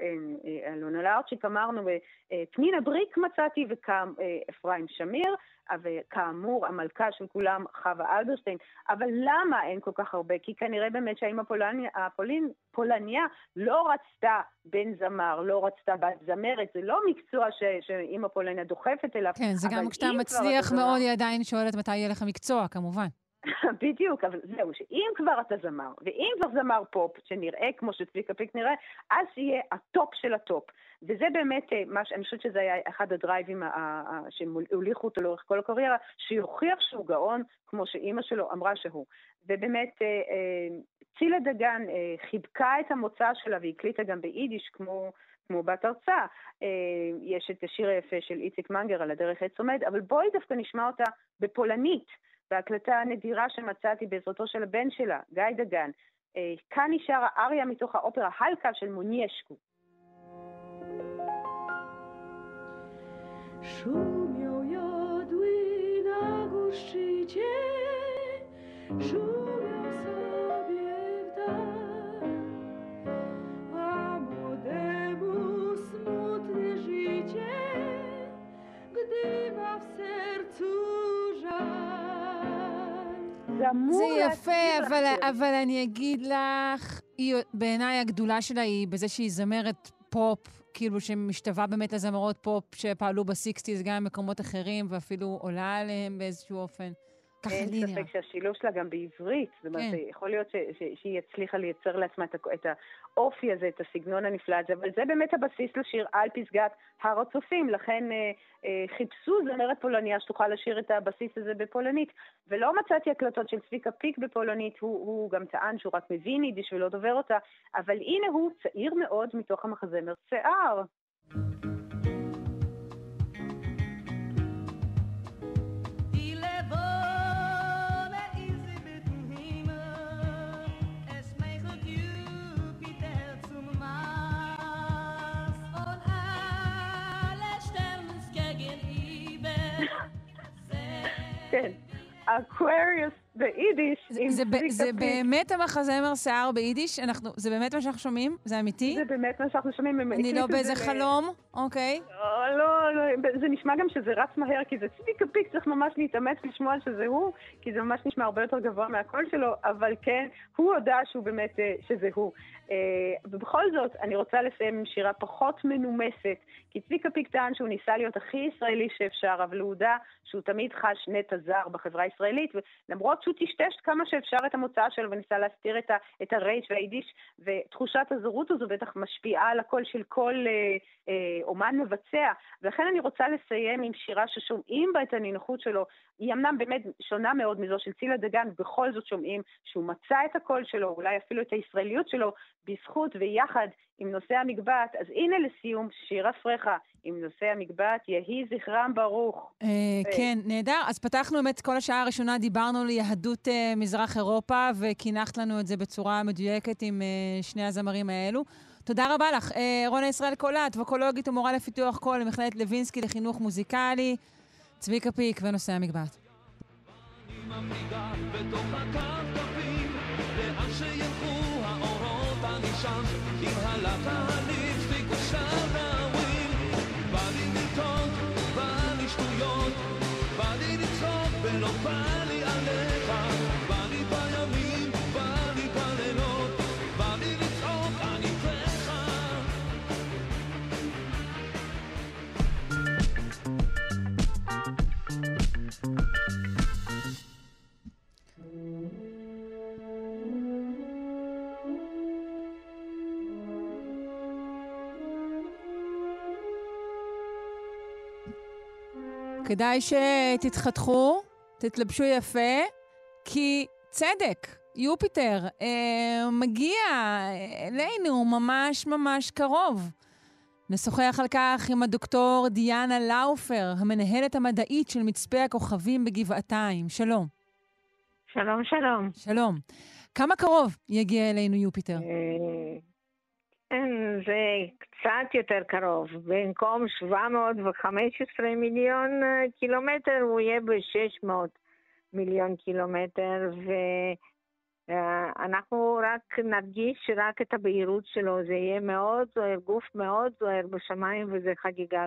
S8: אלונה לארצ'יק אמרנו, פנינה בריק מצאתי ואפרים שמיר, וכאמור המלכה של כולם חווה אלברשטיין, אבל למה אין כל כך הרבה? כי כנראה באמת שהאמא הפולין, פולניה לא רצתה בן זמר, לא רצתה בת זמרת, זה לא מקצוע שאמא פולניה דוחפת אליו.
S3: כן, זה גם כשאתה מצליח מאוד, היא עדיין שואלת מתי יהיה לך מקצוע, כמובן.
S8: בדיוק, אבל זהו, שאם כבר אתה זמר, ואם כבר זמר פופ, שנראה כמו שצביקה פיק נראה, אז יהיה הטופ של הטופ. וזה באמת, אני חושבת שזה היה אחד הדרייבים שהוליכו אותו לאורך כל הקריירה, שיוכיח שהוא גאון, כמו שאימא שלו אמרה שהוא. ובאמת, צילה דגן חיבקה את המוצא שלה, והקליטה גם ביידיש, כמו... כמו בת הרצאה. יש את השיר היפה של איציק מנגר על הדרך עץ עומד, אבל בואי דווקא נשמע אותה בפולנית, בהקלטה הנדירה שמצאתי בעזרתו של הבן שלה, גיא דגן. כאן נשאר האריה מתוך האופרה הלקה של מוניאשקו.
S6: Szumią jodły na górszczycie, szumią sobie w dal, a młodemu smutne życie, gdy ma w sercu żal.
S3: זה יפה, אבל, אבל אני אגיד לך, בעיניי הגדולה שלה היא בזה שהיא זמרת פופ, כאילו שמשתווה באמת לזמרות פופ שפעלו בסיקסטיז גם במקומות אחרים, ואפילו עולה עליהם באיזשהו אופן.
S8: אין ספק שהשילוב שלה גם בעברית, זאת אומרת, יכול להיות שהיא הצליחה לייצר לעצמה את האופי הזה, את הסגנון הנפלא הזה, אבל זה באמת הבסיס לשיר על פסגת הר הצופים, לכן חיפשו זמרת פולניה שתוכל לשיר את הבסיס הזה בפולנית, ולא מצאתי הקלטות של צביקה פיק בפולנית, הוא גם טען שהוא רק מבין יידיש ולא דובר אותה, אבל הנה הוא צעיר מאוד מתוך המחזמר שיער.
S6: Und alle Sterne gegen ihm
S8: כן. אקווריוס ביידיש.
S3: זה, זה, זה באמת המחזמר שיער ביידיש? אנחנו, זה באמת מה שאנחנו שומעים? זה אמיתי?
S8: זה באמת מה שאנחנו שומעים.
S3: אני לא באיזה חלום? אוקיי.
S8: לא, לא, לא, זה נשמע גם שזה רץ מהר, כי זה צביקה פיק, צריך ממש להתאמץ לשמוע שזה הוא, כי זה ממש נשמע הרבה יותר גבוה מהקול שלו, אבל כן, הוא הודע שהוא באמת, שזה הוא. ובכל זאת, אני רוצה לסיים עם שירה פחות מנומסת, כי צביקה פיק טען שהוא ניסה להיות הכי ישראלי שאפשר, אבל הוא הודע שהוא תמיד חש נטע זר בחברה הישראלית, ולמרות שהוא טשטש כמה שאפשר את המוצא שלו, וניסה להסתיר את, ה, את הרייש והיידיש, ותחושת הזרות הזו בטח משפיעה על הקול של כל אה, אה, אומן מבצע, ולכן אני רוצה לסיים עם שירה ששומעים בה את הנינוחות שלו, היא אמנם באמת שונה מאוד מזו של צילה דגן, בכל זאת שומעים שהוא מצא את הקול שלו, אולי אפילו את הישראליות שלו, בזכות ויחד עם נושא המגבעת. אז הנה לסיום, שירה פרחה עם נושא המגבעת, יהי זכרם ברוך.
S3: כן, נהדר. אז פתחנו באמת כל השעה הראשונה, דיברנו ליהדות מזרח אירופה, וכינחת לנו את זה בצורה מדויקת עם שני הזמרים האלו. תודה רבה לך. רונה ישראל קולט, ווקולוגית ומורה לפיתוח קול, למכללת לוינסקי לחינוך מוזיקלי, צביקה פיק ונושא המגבעת. שם עם הלבנים ספיקו שבאוויר בא לי לטעות, בא לי שטויות בא לי לצחוק ולא בא לי עליך בא לי בימים, בא לי בלילות בא לי לצחוק, אני איתך כדאי שתתחתכו, תתלבשו יפה, כי צדק, יופיטר, אה, מגיע אלינו ממש ממש קרוב. נשוחח על כך עם הדוקטור דיאנה לאופר, המנהלת המדעית של מצפה הכוכבים בגבעתיים. שלום.
S10: שלום, שלום.
S3: שלום. כמה קרוב יגיע אלינו יופיטר?
S10: זה קצת יותר קרוב. במקום שבע מאות וחמש עשרה מיליון קילומטר, הוא יהיה ב-שש מאות מיליון קילומטר, ואנחנו רק נרגיש רק את הבהירות שלו. זה יהיה מאוד זוהר, גוף מאוד זוהר בשמיים, וזה חגיגה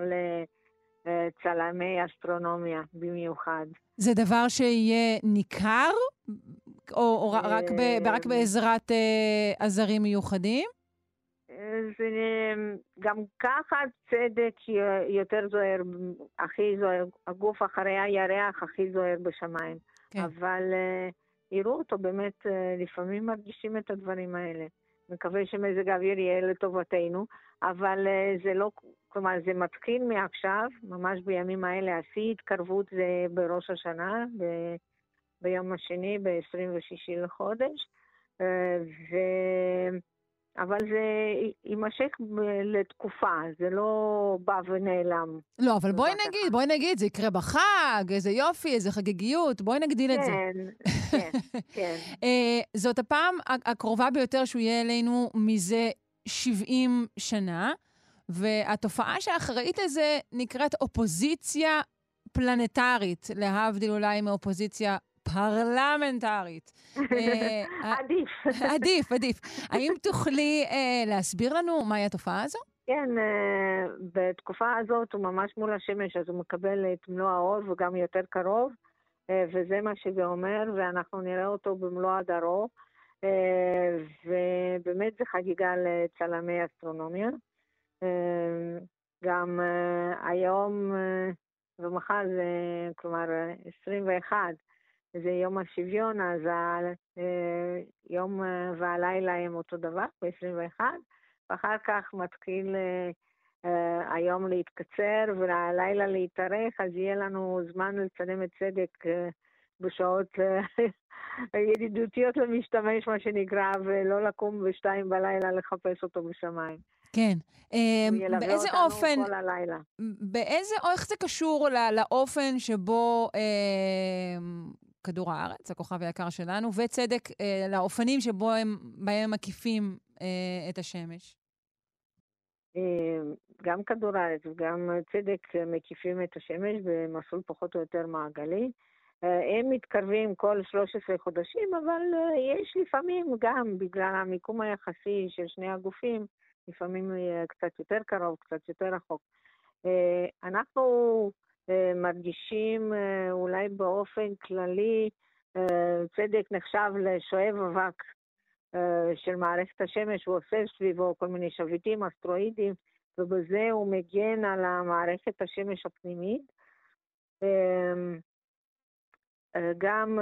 S10: לצלמי אסטרונומיה במיוחד.
S3: זה דבר שיהיה ניכר? או, או רק, ב, רק בעזרת uh, עזרים מיוחדים?
S10: זה גם ככה צדק יותר זוהר, הכי זוהר, הגוף אחרי הירח הכי זוהר בשמיים. כן. אבל uh, יראו אותו באמת, uh, לפעמים מרגישים את הדברים האלה. מקווה שמזג האוויר יהיה לטובתנו, אבל uh, זה לא, כלומר זה מתחיל מעכשיו, ממש בימים האלה, השיא התקרבות זה בראש השנה, ב, ביום השני, ב-עשרים ושישי לחודש, uh, ו... אבל זה יימשך לתקופה, זה לא בא ונעלם.
S3: לא, אבל בואי נגיד, בואי נגיד, זה יקרה בחג, איזה יופי, איזה חגיגיות, בואי נגדיל את זה.
S10: כן, כן, כן.
S3: זאת הפעם הקרובה ביותר שהוא יהיה אלינו מזה שבעים שנה, והתופעה שאחראית לזה נקראת אופוזיציה פלנטרית, להבדיל אולי מאופוזיציה פרלמנטרית.
S10: עדיף.
S3: עדיף, עדיף. האם תוכלי להסביר לנו מהי התופעה הזו?
S10: כן, בתקופה הזאת הוא ממש מול השמש, אז הוא מקבל את מלוא האור וגם יותר קרוב, וזה מה שזה אומר, ואנחנו נראה אותו במלוא הדרו, ובאמת זה חגיגה לצלמי אסטרונומיה. גם היום ומחר זה, כלומר, עשרים ואחד, זה יום השוויון, אז היום והלילה הם אותו דבר, ב-עשרים ואחת, ואחר כך מתחיל היום להתקצר והלילה להתארך, אז יהיה לנו זמן לצלם את צדק בשעות ידידותיות למשתמש, מה שנקרא, ולא לקום בשתיים בלילה לחפש אותו בשמיים.
S3: כן.
S10: באיזה אופן,
S3: באיזה, איך זה קשור לאופן שבו כדור הארץ, הכוכב היקר שלנו, וצדק לאופנים שבו הם, בהם מקיפים את השמש?
S10: גם כדור הארץ וגם צדק מקיפים את השמש במסלול פחות או יותר מעגלי, הם מתקרבים כל שלושה עשר חודשים, אבל יש לפעמים גם בגלל המיקום היחסי של שני הגופים, לפעמים קצת יותר קרוב, קצת יותר רחוק. אנחנו מרגישים אולי באופן כללי, צדק נחשב לשואב אבק של מערכת השמש, הוא עושה סביבו כל מיני שביטים, אסטרואידים, ובזה הוא מגן על המערכת השמש הפנימית. גם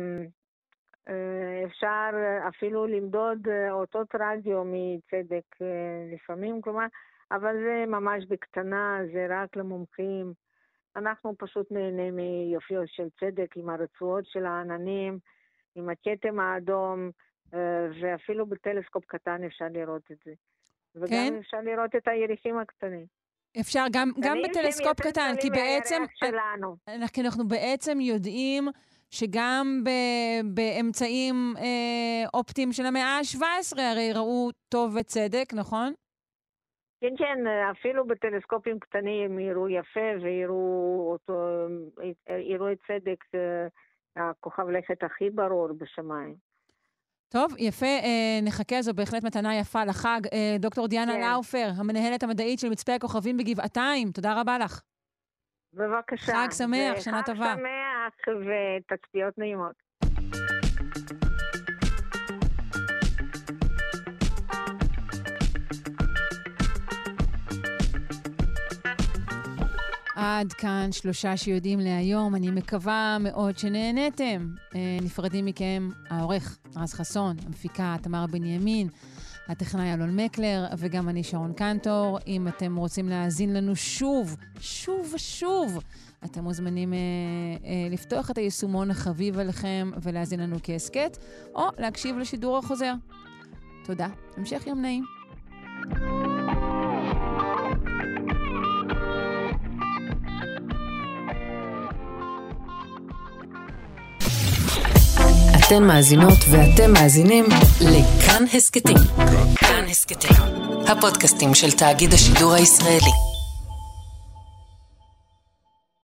S10: אפשר אפילו למדוד אותות רדיו מצדק לפעמים, כלומר, אבל זה ממש בקטנה, זה רק למומחים. אנחנו פשוט נהנה מיופיו של צדק עם הרצועות של העננים, עם הכתם האדום, ואפילו בטלסקופ קטן אפשר לראות את זה. וגם כן? אפשר לראות את הירחים הקטנים.
S3: אפשר גם, גם בטלסקופ קטן, כי בעצם אנחנו, אנחנו בעצם יודעים שגם ב, באמצעים אה, אופטיים של המאה ה-שבע עשרה הרי ראו טוב וצדק, נכון?
S10: כן, כן, אפילו בטלסקופים קטנים יראו יפה ויראו אותו, יראו את צדק, הכוכב לכת הכי ברור בשמיים.
S3: טוב, יפה, נחכה, זו בהחלט מתנה יפה לחג. דוקטור דיאנה כן. לאופר, המנהלת המדעית של מצפה הכוכבים בגבעתיים, תודה רבה לך.
S10: בבקשה.
S3: חג שמח, שנה טובה.
S10: חג שמח ותצפיות נעימות.
S3: עד כאן שלושה שיודעים להיום. אני מקווה מאוד שנהנתם. נפרדים מכם העורך רז חסון, המפיקה תמר בנימין, הטכנאי אלון מקלר, וגם אני שרון קנטור. אם אתם רוצים להאזין לנו שוב, שוב ושוב, אתם מוזמנים אה, אה, לפתוח את היישומון החביב עליכם ולהאזין לנו כעסקט, או להקשיב לשידור החוזר. תודה. המשך יום נעים.
S1: אתן מאזינות ואתם מאזינים לכאן הסקטים. כאן הסקטים, הפודקאסטים של תאגיד השידור הישראלי.